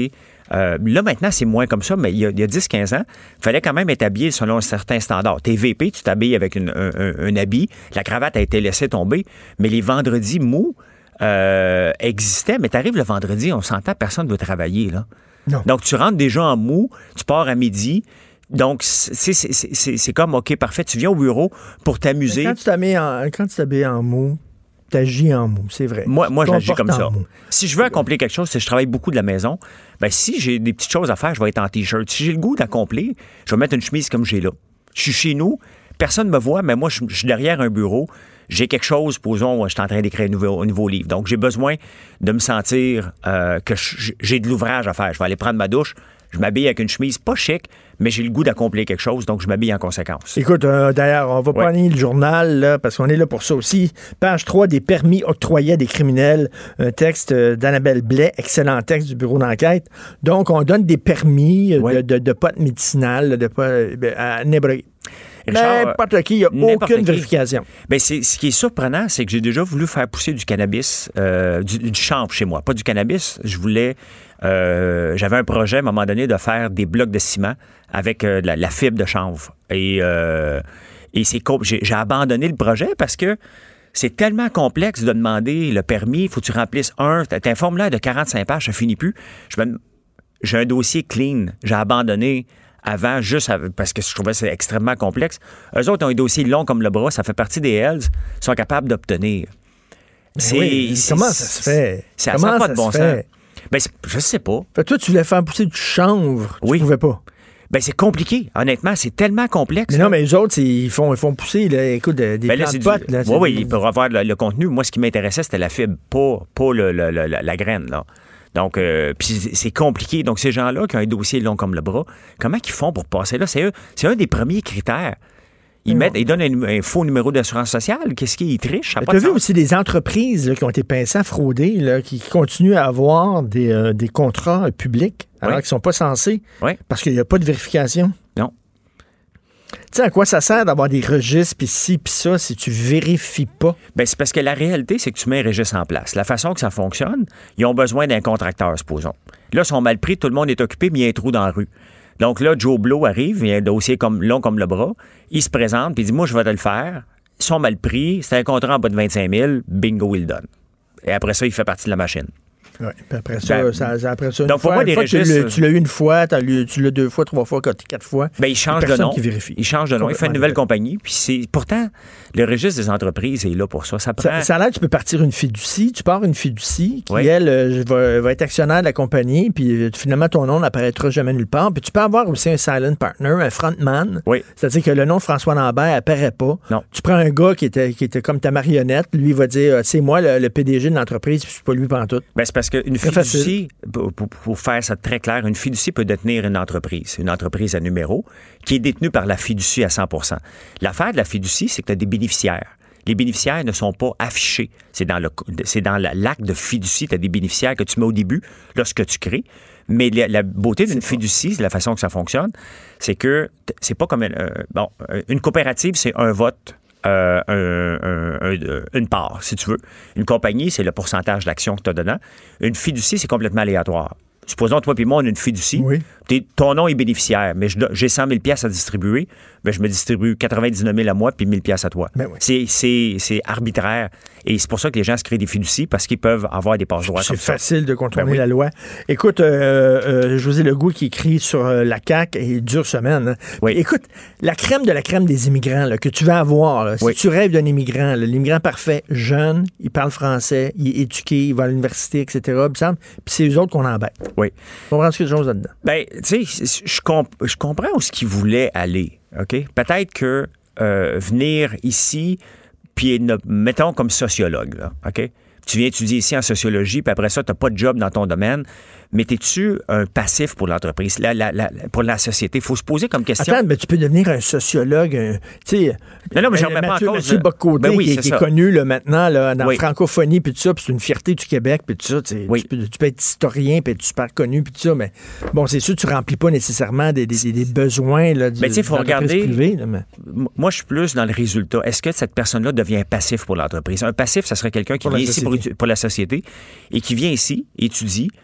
Là, maintenant, c'est moins comme ça, mais il y a 10-15 ans, il fallait quand même être habillé selon un certain standard. T'es VP, tu t'habilles avec un habit, la cravate a été laissée tomber, mais les vendredis mous existaient, mais t'arrives le vendredi, on s'entend, personne ne veut travailler, là. Non. Donc, tu rentres déjà en mou, tu pars à midi. Donc, c'est comme, OK, parfait, tu viens au bureau pour t'amuser. Quand tu t'habilles en mou, t'agis en mou, c'est vrai. Moi j'agis comme ça. Si je veux accomplir quelque chose, si je travaille beaucoup de la maison, ben si j'ai des petites choses à faire, je vais être en T-shirt. Si j'ai le goût d'accomplir, je vais mettre une chemise comme j'ai là. Je suis chez nous, personne ne me voit, mais moi, je suis derrière un bureau. J'ai quelque chose, posons, je suis en train d'écrire un nouveau livre. Donc, j'ai besoin de me sentir que j'ai de l'ouvrage à faire. Je vais aller prendre ma douche. Je m'habille avec une chemise pas chic, mais j'ai le goût d'accomplir quelque chose, donc je m'habille en conséquence. Écoute, d'ailleurs, on va prendre le journal, là, parce qu'on est là pour ça aussi. Page 3, des permis octroyés à des criminels. Un texte d'Annabelle Blais, excellent texte du bureau d'enquête. Donc, on donne des permis de potes médicinales, de potes à n'importe n'importe qui, il n'y a aucune vérification. Bien, ce qui est surprenant, c'est que j'ai déjà voulu faire pousser du cannabis, du chanvre chez moi. Pas du cannabis, j'avais un projet à un moment donné de faire des blocs de ciment avec la fibre de chanvre. Et j'ai abandonné le projet parce que c'est tellement complexe de demander le permis. Il faut que tu remplisses t'as un formulaire de 45 pages, ça finit plus. J'ai un dossier clean. J'ai abandonné avant, parce que je trouvais que c'est extrêmement complexe. Eux autres ont un dossier long comme le bras, ça fait partie des Hells, sont capables d'obtenir. Comment ça se fait? Ça n'a pas de bon sens. Ben, je sais pas. Fait que toi, tu voulais faire pousser du chanvre. Tu pouvais pas. Ben, c'est compliqué. Honnêtement, c'est tellement complexe. Mais non, mais les autres, ils font pousser, là, écoute, des plants de potes. Oui, ils peuvent avoir le contenu. Moi, ce qui m'intéressait, c'était la fibre, pas la graine, là. Donc, puis c'est compliqué. Donc, ces gens-là qui ont un dossier long comme le bras, comment ils font pour passer là? C'est un des premiers critères. Ils donnent un faux numéro d'assurance sociale. Qu'est-ce qu'ils trichent? Tu as vu aussi des entreprises là, qui ont été pincées à frauder, là, qui continuent à avoir des contrats publics alors qu'ils ne sont pas censés parce qu'il n'y a pas de vérification. Non. Tu sais à quoi ça sert d'avoir des registres puis ci puis ça si tu vérifies pas? Bien, c'est parce que la réalité, c'est que tu mets un registre en place. La façon que ça fonctionne, ils ont besoin d'un contracteur, supposons. Là, ils sont mal pris, tout le monde est occupé, mais il y a un trou dans la rue. Donc là, Joe Blow arrive, il y a un dossier long comme le bras, il se présente, puis il dit « Moi, je vais te le faire. » Ils sont mal pris, c'est un contrat en bas de 25 000, bingo, il le donne. Et après ça, il fait partie de la machine. Oui, puis après ça, donc, pour moi, des registres... Tu l'as eu une fois, tu l'as 2 fois, 3 fois, 4 fois. Bien, il change de nom. Qui vérifie. Il change de nom. Il fait une nouvelle compagnie. Puis pourtant, le registre des entreprises est là pour ça. Ça a l'air que tu peux partir une fiducie. Tu pars une fiducie qui, elle, va être actionnaire de la compagnie. Puis finalement, ton nom n'apparaîtra jamais nulle part. Puis tu peux avoir aussi un silent partner, un frontman. Oui. C'est-à-dire que le nom de François Lambert n'apparaît pas. Non. Tu prends un gars qui était comme ta marionnette. Lui, il va dire c'est moi le PDG de l'entreprise, puis c'est pas lui pantoute. Bien, c'est parce qu'une fiducie, pour faire ça très clair, une fiducie peut détenir une entreprise à numéro, qui est détenue par la fiducie à 100%. L'affaire de la fiducie, c'est que tu as des bénéficiaires. Les bénéficiaires ne sont pas affichés. C'est dans l'acte de fiducie, tu as des bénéficiaires que tu mets au début lorsque tu crées. Mais la beauté d'une fiducie, la façon que ça fonctionne, c'est que c'est pas comme une coopérative, c'est un vote. Une part, si tu veux. Une compagnie, c'est le pourcentage d'actions que tu as dedans. Une fiducie, c'est complètement aléatoire. Supposons, toi et moi, on a une fiducie. Oui. Ton nom est bénéficiaire, mais j'ai 100 000 $ à distribuer. Bien, je me distribue 99 000 à moi puis 1 000 $ à toi. Oui. C'est arbitraire. Et c'est pour ça que les gens se créent des fiducies, parce qu'ils peuvent avoir des passe-droits comme ça. C'est facile de contourner la loi. Écoute, José Legault qui écrit sur la CAQ, et dure semaine. Hein. Oui. Écoute, la crème de la crème des immigrants là, que tu vas avoir, là, si tu rêves d'un immigrant, l'immigrant parfait, jeune, il parle français, il est éduqué, il va à l'université, etc., puis c'est eux autres qu'on embête. Oui. Tu comprends ce que je chose là-dedans? Bien, tu sais, je comprends où ce qu'ils voulaient aller, OK? Peut-être que venir ici, puis mettons comme sociologue, là, OK? Tu viens étudier ici en sociologie, puis après ça, tu n'as pas de job dans ton domaine, mais es-tu un passif pour l'entreprise, pour la société? Il faut se poser comme question. Attends, mais tu peux devenir un sociologue, tu sais... Non, mais j'en remets pas en cause. Mathieu Bock-Côté, qui est connu là, maintenant là, dans la francophonie, puis tout ça, puis c'est une fierté du Québec, puis tout ça. Tu peux être historien, puis être super connu, puis tout ça, mais bon, c'est sûr, tu remplis pas nécessairement des besoins là, mais tu sais, il faut regarder... privée, là, mais... Moi, je suis plus dans le résultat. Est-ce que cette personne-là devient passif pour l'entreprise? Un passif, ça serait quelqu'un qui vient ici pour la société et qui vient ici, étudie,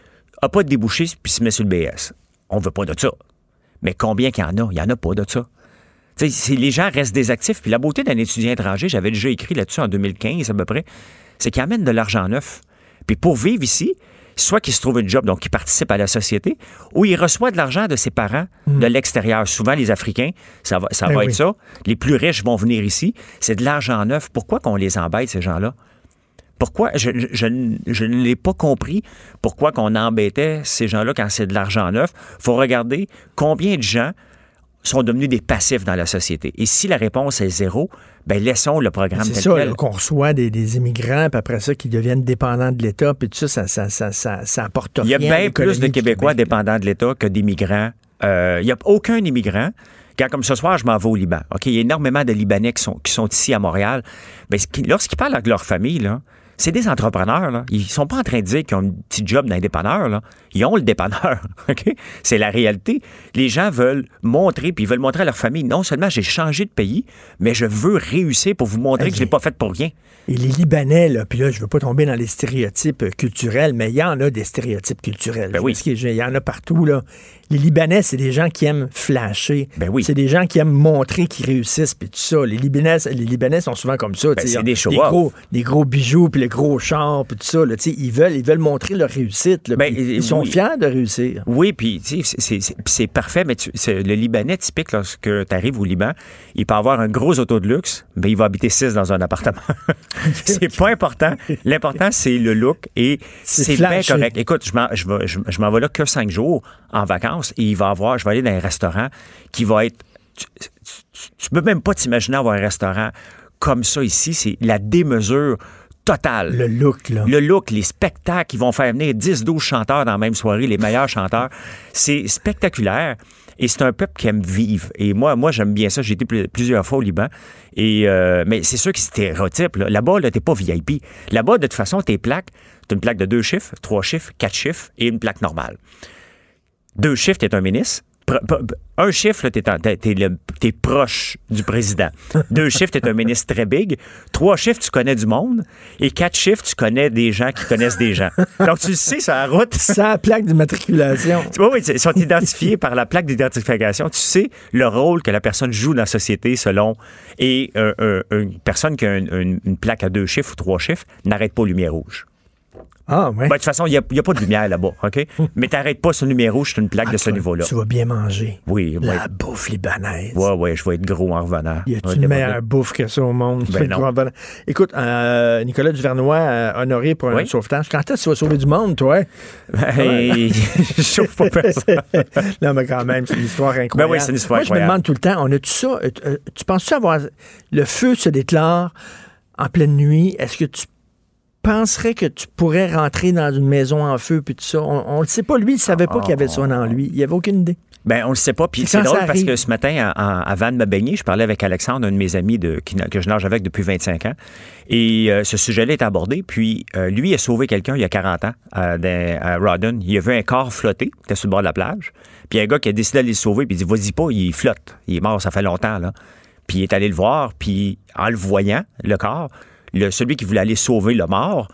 n'a pas de débouché puis se met sur le BS. On veut pas de ça. Mais combien qu'il y en a? Il n'y en a pas de ça. Les gens restent désactifs. Puis la beauté d'un étudiant étranger, j'avais déjà écrit là-dessus en 2015 à peu près, c'est qu'il amène de l'argent neuf. Puis pour vivre ici, soit qu'il se trouve une job, donc qu'il participe à la société, ou il reçoit de l'argent de ses parents de l'extérieur. Souvent, les Africains, ça va être ça. Les plus riches vont venir ici. C'est de l'argent neuf. Pourquoi qu'on les embête, ces gens-là? Pourquoi? Je ne l'ai pas compris. Pourquoi qu'on embêtait ces gens-là quand c'est de l'argent neuf? Il faut regarder combien de gens sont devenus des passifs dans la société. Et si la réponse est 0, bien, laissons le programme tel quel. C'est ça, qu'on reçoit des immigrants, puis après ça, qui deviennent dépendants de l'État, puis tout ça, ça apporte rien. Il y a bien plus de Québécois dépendants de l'État que d'immigrants. Il n'y a aucun immigrant. Quand, comme ce soir, je m'en vais au Liban. OK? Il y a énormément de Libanais qui sont ici à Montréal. Bien, lorsqu'ils parlent avec leur famille, là, c'est des entrepreneurs, là. Ils sont pas en train de dire qu'ils ont un petit job d'un dépanneur, là. Ils ont le dépanneur, OK? C'est la réalité. Les gens veulent montrer, puis ils veulent montrer à leur famille, non seulement j'ai changé de pays, mais je veux réussir pour vous montrer que je l'ai pas fait pour rien. Et les Libanais, là, puis là, je veux pas tomber dans les stéréotypes culturels, mais il y en a des stéréotypes culturels. Ben oui. Il y en a partout, là. Les Libanais, c'est des gens qui aiment flasher. Ben oui. C'est des gens qui aiment montrer qu'ils réussissent, puis tout ça. Les Libanais sont souvent comme ça. Ben, c'est des show-off. Les gros bijoux, puis les gros chars, puis tout ça. Là, ils veulent montrer leur réussite. Là, ils sont fiers de réussir. Oui, puis c'est parfait, mais le Libanais typique, lorsque tu arrives au Liban, il peut avoir un gros auto de luxe, mais il va habiter 6 dans un appartement. C'est pas important. L'important, c'est le look et c'est bien correct. Écoute, je m'en vais là que 5 jours en vacances et je vais aller dans un restaurant qui va être... Tu peux même pas t'imaginer avoir un restaurant comme ça ici. C'est la démesure totale. Le look, là. Le look, les spectacles, ils vont faire venir 10-12 chanteurs dans la même soirée, les meilleurs chanteurs. C'est spectaculaire. Et c'est un peuple qui aime vivre. Et moi j'aime bien ça. J'ai été plusieurs fois au Liban. Mais c'est sûr que c'est stéréotype. Là-bas, t'es pas VIP. Là-bas, de toute façon, tes plaques, t'as une plaque de 2 chiffres, 3 chiffres, 4 chiffres et une plaque normale. 2 chiffres, t'es un ministre. Un chiffre, t'es proche du président. 2 chiffres, t'es un ministre très big. 3 chiffres, tu connais du monde. Et 4 chiffres, tu connais des gens qui connaissent des gens. Donc, tu le sais, c'est la route. C'est la plaque d'immatriculation. Oui, ils sont identifiés par la plaque d'identification. Tu sais le rôle que la personne joue dans la société selon... Et une personne qui a une plaque à 2 chiffres ou 3 chiffres n'arrête pas aux lumières rouges. Ah, oui. De toute façon, il n'y a pas de lumière là-bas, OK? Mais t'arrêtes pas sur le lumière rouge, c'est une plaque de ce niveau-là. Tu vas bien manger. Oui. La bouffe libanaise. Oui, je vais être gros en revenant. Y a-tu une meilleure bouffe que ça au monde? Ben non. Écoute, Nicolas Duvernois, honoré pour un sauvetage. Quand est-ce que tu vas sauver du monde, toi? Je sauve pas personne. Non, mais quand même, c'est une histoire incroyable. Ben oui, c'est une histoire incroyable. Moi, je me demande tout le temps, on a-tu ça? Tu penses-tu avoir... Le feu se déclare en pleine nuit. Est-ce que tu penserais que tu pourrais rentrer dans une maison en feu puis tout ça? On le sait pas. Lui, il savait pas qu'il y avait ça dans lui. Il avait aucune idée. Ben on le sait pas. Puis c'est drôle parce que ce matin, avant de me baigner, je parlais avec Alexandre, un de mes amis que je nage avec depuis 25 ans. Et ce sujet-là est abordé. Puis lui, il a sauvé quelqu'un il y a 40 ans à Rawdon. Il a vu un corps flotter. Il était sur le bord de la plage. Puis il y a un gars qui a décidé d'aller le sauver. Puis il dit, vas-y pas, il flotte. Il est mort, ça fait longtemps, là. Puis il est allé le voir. Puis en le voyant, le corps, celui qui voulait aller sauver le mort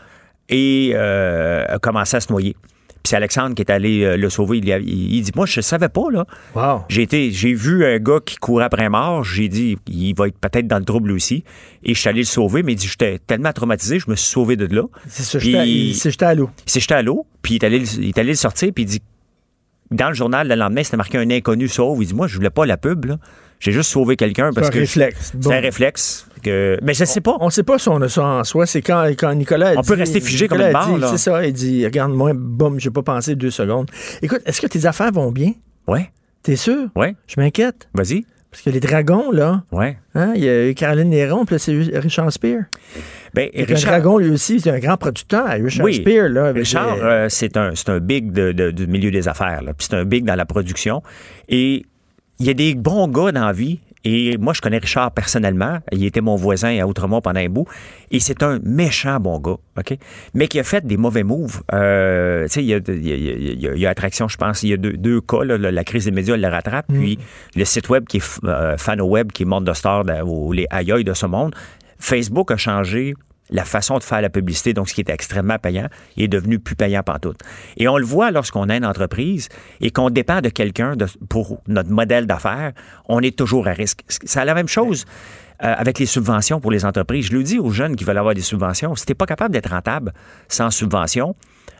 a commencé à se noyer. Puis c'est Alexandre qui est allé le sauver. Il dit, moi, je ne savais pas, là. Wow. J'ai vu un gars qui courait après un mort. J'ai dit, il va être peut-être dans le trouble aussi. Et je suis allé le sauver, mais il dit, j'étais tellement traumatisé, je me suis sauvé de là. Il s'est jeté à l'eau. Il s'est jeté à l'eau, puis il est allé le sortir, puis il dit, dans le journal, le lendemain, c'était marqué un inconnu sauve. Il dit, moi, je voulais pas la pub, là. J'ai juste sauvé quelqu'un parce que... C'est un réflexe. C'est un réflexe. Mais je ne sais pas. On ne sait pas si on a ça en soi. C'est quand Nicolas on peut rester figé comme une barre, là. C'est ça. Il dit, regarde-moi, boum, j'ai pas pensé 2 secondes. Écoute, est-ce que tes affaires vont bien? Oui. T'es sûr? Oui. Je m'inquiète. Vas-y. Parce que les dragons, là... Oui. Hein, il y a eu Caroline Néron, puis là, c'est Richard Spear. Ben, Richard... Le dragon, lui aussi, c'est un grand producteur. Richard Spear, là. Richard, c'est un big du milieu des affaires, là. Puis c'est un big dans la production. Et il y a des bons gars dans la vie. Et moi, je connais Richard personnellement. Il était mon voisin à Outremont pendant un bout. Et c'est un méchant bon gars, OK? Mais qui a fait des mauvais moves. Tu sais, il y a Attraction, je pense. Il y a deux cas, là, la crise des médias, elle le rattrape. Puis le site web qui est FanoWeb, qui est Monde de Star, ou les aïeux de ce monde. Facebook a changé la façon de faire la publicité, donc ce qui était extrêmement payant, est devenu plus payant pantoute. Et on le voit lorsqu'on a une entreprise et qu'on dépend de quelqu'un pour notre modèle d'affaires, on est toujours à risque. C'est la même chose avec les subventions pour les entreprises. Je le dis aux jeunes qui veulent avoir des subventions, si tu n'es pas capable d'être rentable sans subvention,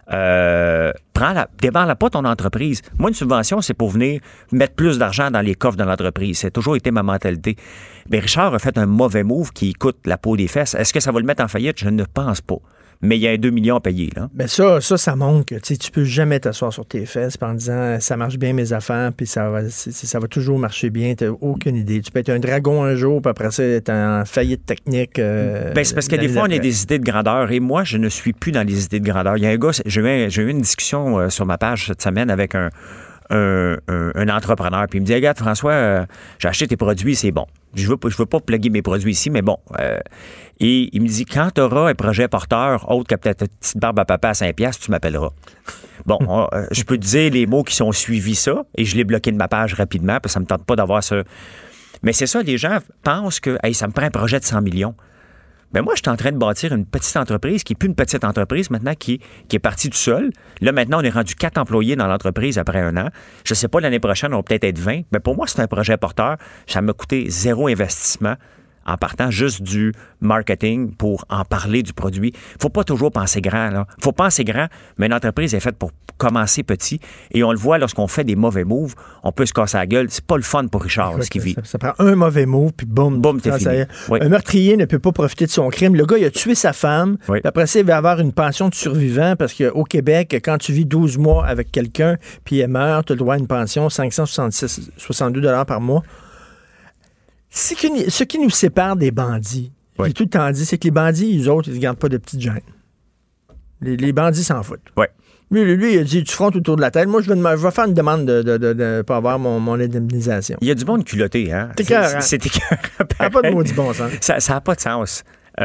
débarre pas ton entreprise. Moi, une subvention, c'est pour venir mettre plus d'argent dans les coffres de l'entreprise. Ça a toujours été ma mentalité. Mais Richard a fait un mauvais move qui coûte la peau des fesses. Est-ce que ça va le mettre en faillite? Je ne pense pas. Mais il y a 2 millions à payer, là. Ben ça montre que tu peux jamais t'asseoir sur tes fesses en disant ça marche bien mes affaires, puis ça va toujours marcher bien. Tu n'as aucune idée. Tu peux être un dragon un jour, puis après ça, être en faillite technique. C'est parce que des fois, on a des idées de grandeur. Et moi, je ne suis plus dans les idées de grandeur. Il y a un gars, j'ai eu une discussion sur ma page cette semaine avec un entrepreneur. Puis il me dit, regarde, François, j'ai acheté tes produits, c'est bon. Je veux pas plugger mes produits ici, mais bon. Et il me dit, quand tu auras un projet porteur, autre que peut-être une petite barbe à papa à 5$, tu m'appelleras. Bon, je peux te dire les mots qui sont suivis ça, et je l'ai bloqué de ma page rapidement, parce que ça me tente pas d'avoir ça. Mais c'est ça, les gens pensent que, hey, ça me prend un projet de 100 millions. Ben moi, je suis en train de bâtir une petite entreprise qui n'est plus une petite entreprise maintenant, qui est partie tout seul. Là, maintenant, on est rendu 4 employés dans l'entreprise après 1 an. Je ne sais pas, l'année prochaine, on va peut-être être 20. Mais pour moi, c'est un projet porteur. Ça m'a coûté 0 investissement en partant juste du marketing pour en parler du produit. Il faut pas toujours penser grand, là. Il faut penser grand, mais une entreprise est faite pour commencer petit. Et on le voit lorsqu'on fait des mauvais moves, on peut se casser la gueule. C'est pas le fun pour Richard, ce qu'il vit. Ça prend un mauvais move, puis boum, t'es fini. Oui. Un meurtrier ne peut pas profiter de son crime. Le gars, il a tué sa femme. Oui. Après ça, il va avoir une pension de survivant parce qu'au Québec, quand tu vis 12 mois avec quelqu'un, puis elle meurt, tu as le droit à une pension, 562 $ par mois. Ce qui nous sépare des bandits, j'ai tout le temps dit, c'est que les bandits, eux autres, ils ne gardent pas de petites gênes. Les bandits s'en foutent. Ouais. Lui, il a dit, tu frontes autour de la tête. Moi, je vais faire une demande de pas avoir mon indemnisation. Il y a du monde culotté, hein? C'est écœurant. Ça n'a pas de maudit bon sens. Ça n'a pas de sens.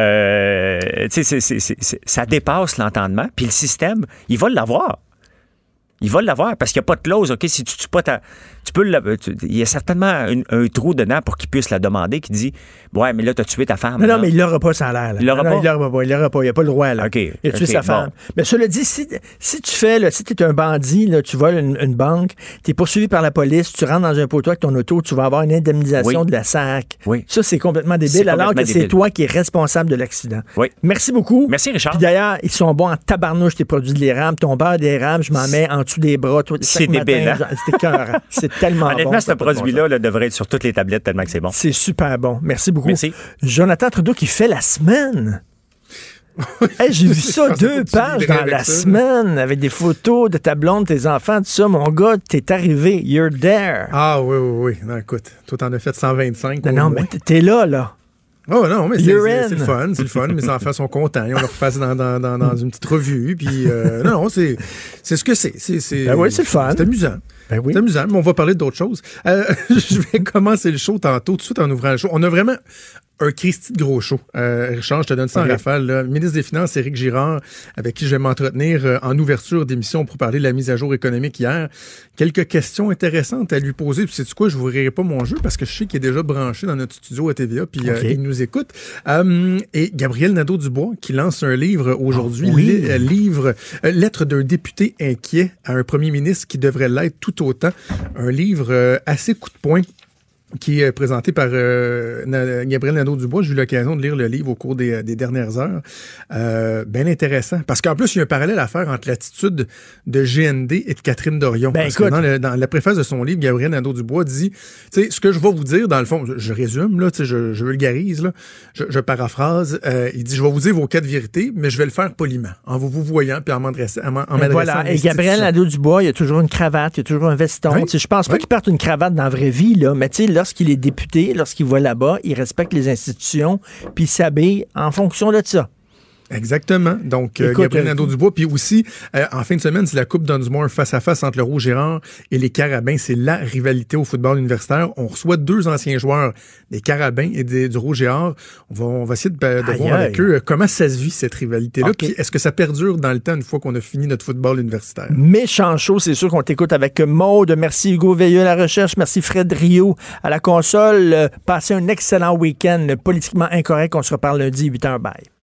Ça dépasse l'entendement. Puis le système, il va l'avoir. Il va l'avoir parce qu'il n'y a pas de clause. OK, si tu tues pas tu peux il y a certainement un trou dedans pour qu'il puisse la demander qui dit ouais, mais là, tu as tué ta femme. Non, mais il l'aura pas, ça a l'air. Là. Il l'aura pas. Il n'a pas le droit. Là. OK. Il a tué sa femme. Bon. Mais cela dit, si tu fais, là, si tu es un bandit, là, tu voles une banque, tu es poursuivi par la police, tu rentres dans un poteau avec ton auto, tu vas avoir une indemnisation de la SAC. Oui. Ça, c'est complètement débile, alors que c'est toi qui es responsable de l'accident. Oui. Merci beaucoup. Merci, Richard. Puis d'ailleurs, ils sont bons en tabarnouche, tes produits de l'érable. Ton beurre d'érable, je m'en mets en dessous des bras. C'est débile, hein? C'est écœurant. C'est tellement honnêtement, bon. ce produit-là devrait être sur toutes les tablettes tellement que c'est bon. C'est super bon. Merci beaucoup. Merci. Jonathan Trudeau qui fait la semaine. Hey, j'ai vu ça 2 pages dans la semaine avec des photos de ta blonde, tes enfants, tout ça. Mon gars, t'es arrivé. You're there. Ah oui. Non, écoute, toi, t'en as fait 125. Non, mais t'es là. Oh non, mais c'est le fun. Mes enfants sont contents. On leur passe dans une petite revue. Puis, non, c'est ce que c'est. Ben oui, c'est le fun. C'est amusant. Ben oui. C'est amusant, mais on va parler d'autres choses. Je vais commencer le show tantôt, tout de suite en ouvrant le show. On a vraiment un Christy de gros show. Richard, je te donne ça en rafale. Le ministre des Finances, Éric Girard, avec qui je vais m'entretenir en ouverture d'émission pour parler de la mise à jour économique hier. Quelques questions intéressantes à lui poser. Puis sais-tu quoi, je vous rirai pas mon jeu parce que je sais qu'il est déjà branché dans notre studio à TVA, puis il nous écoute. Et Gabriel Nadeau-Dubois, qui lance un livre aujourd'hui, Lettre d'un député inquiet à un premier ministre qui devrait l'être tout autant. Un livre assez coup de poing qui est présenté par Gabriel Nadeau-Dubois. J'ai eu l'occasion de lire le livre au cours des dernières heures. Bien intéressant. Parce qu'en plus, il y a un parallèle à faire entre l'attitude de GND et de Catherine Dorion. Parce que dans la préface de son livre, Gabriel Nadeau-Dubois dit, tu sais, ce que je vais vous dire, dans le fond, je résume, là, tu sais, je vulgarise, là, je paraphrase, il dit, je vais vous dire vos 4 vérités, mais je vais le faire poliment, en vous voyant, puis en m'adressant voilà. Et Gabriel Nadeau-Dubois, il y a toujours une cravate, il y a toujours un veston. Oui. Je pense pas qu'il porte une cravate dans la vraie vie, là, mais tu sais, lorsqu'il est député, lorsqu'il va là-bas, il respecte les institutions, puis il s'habille en fonction de ça. Exactement. Donc, Gabriel Nadeau-Dubois. Puis aussi, en fin de semaine, c'est la Coupe Dunsmore face-à-face entre le Rouge-Gérard et les Carabins. C'est la rivalité au football universitaire. On reçoit 2 anciens joueurs des Carabins et du Rouge-Gérard. On va essayer de voir avec eux comment ça se vit, cette rivalité-là. Okay. Puis est-ce que ça perdure dans le temps une fois qu'on a fini notre football universitaire? Méchant chaud, c'est sûr qu'on t'écoute avec Maude. Merci Hugo Veilleux à la recherche. Merci Fred Rio à la console. Passez un excellent week-end politiquement incorrect. On se reparle lundi, 8h. Bye.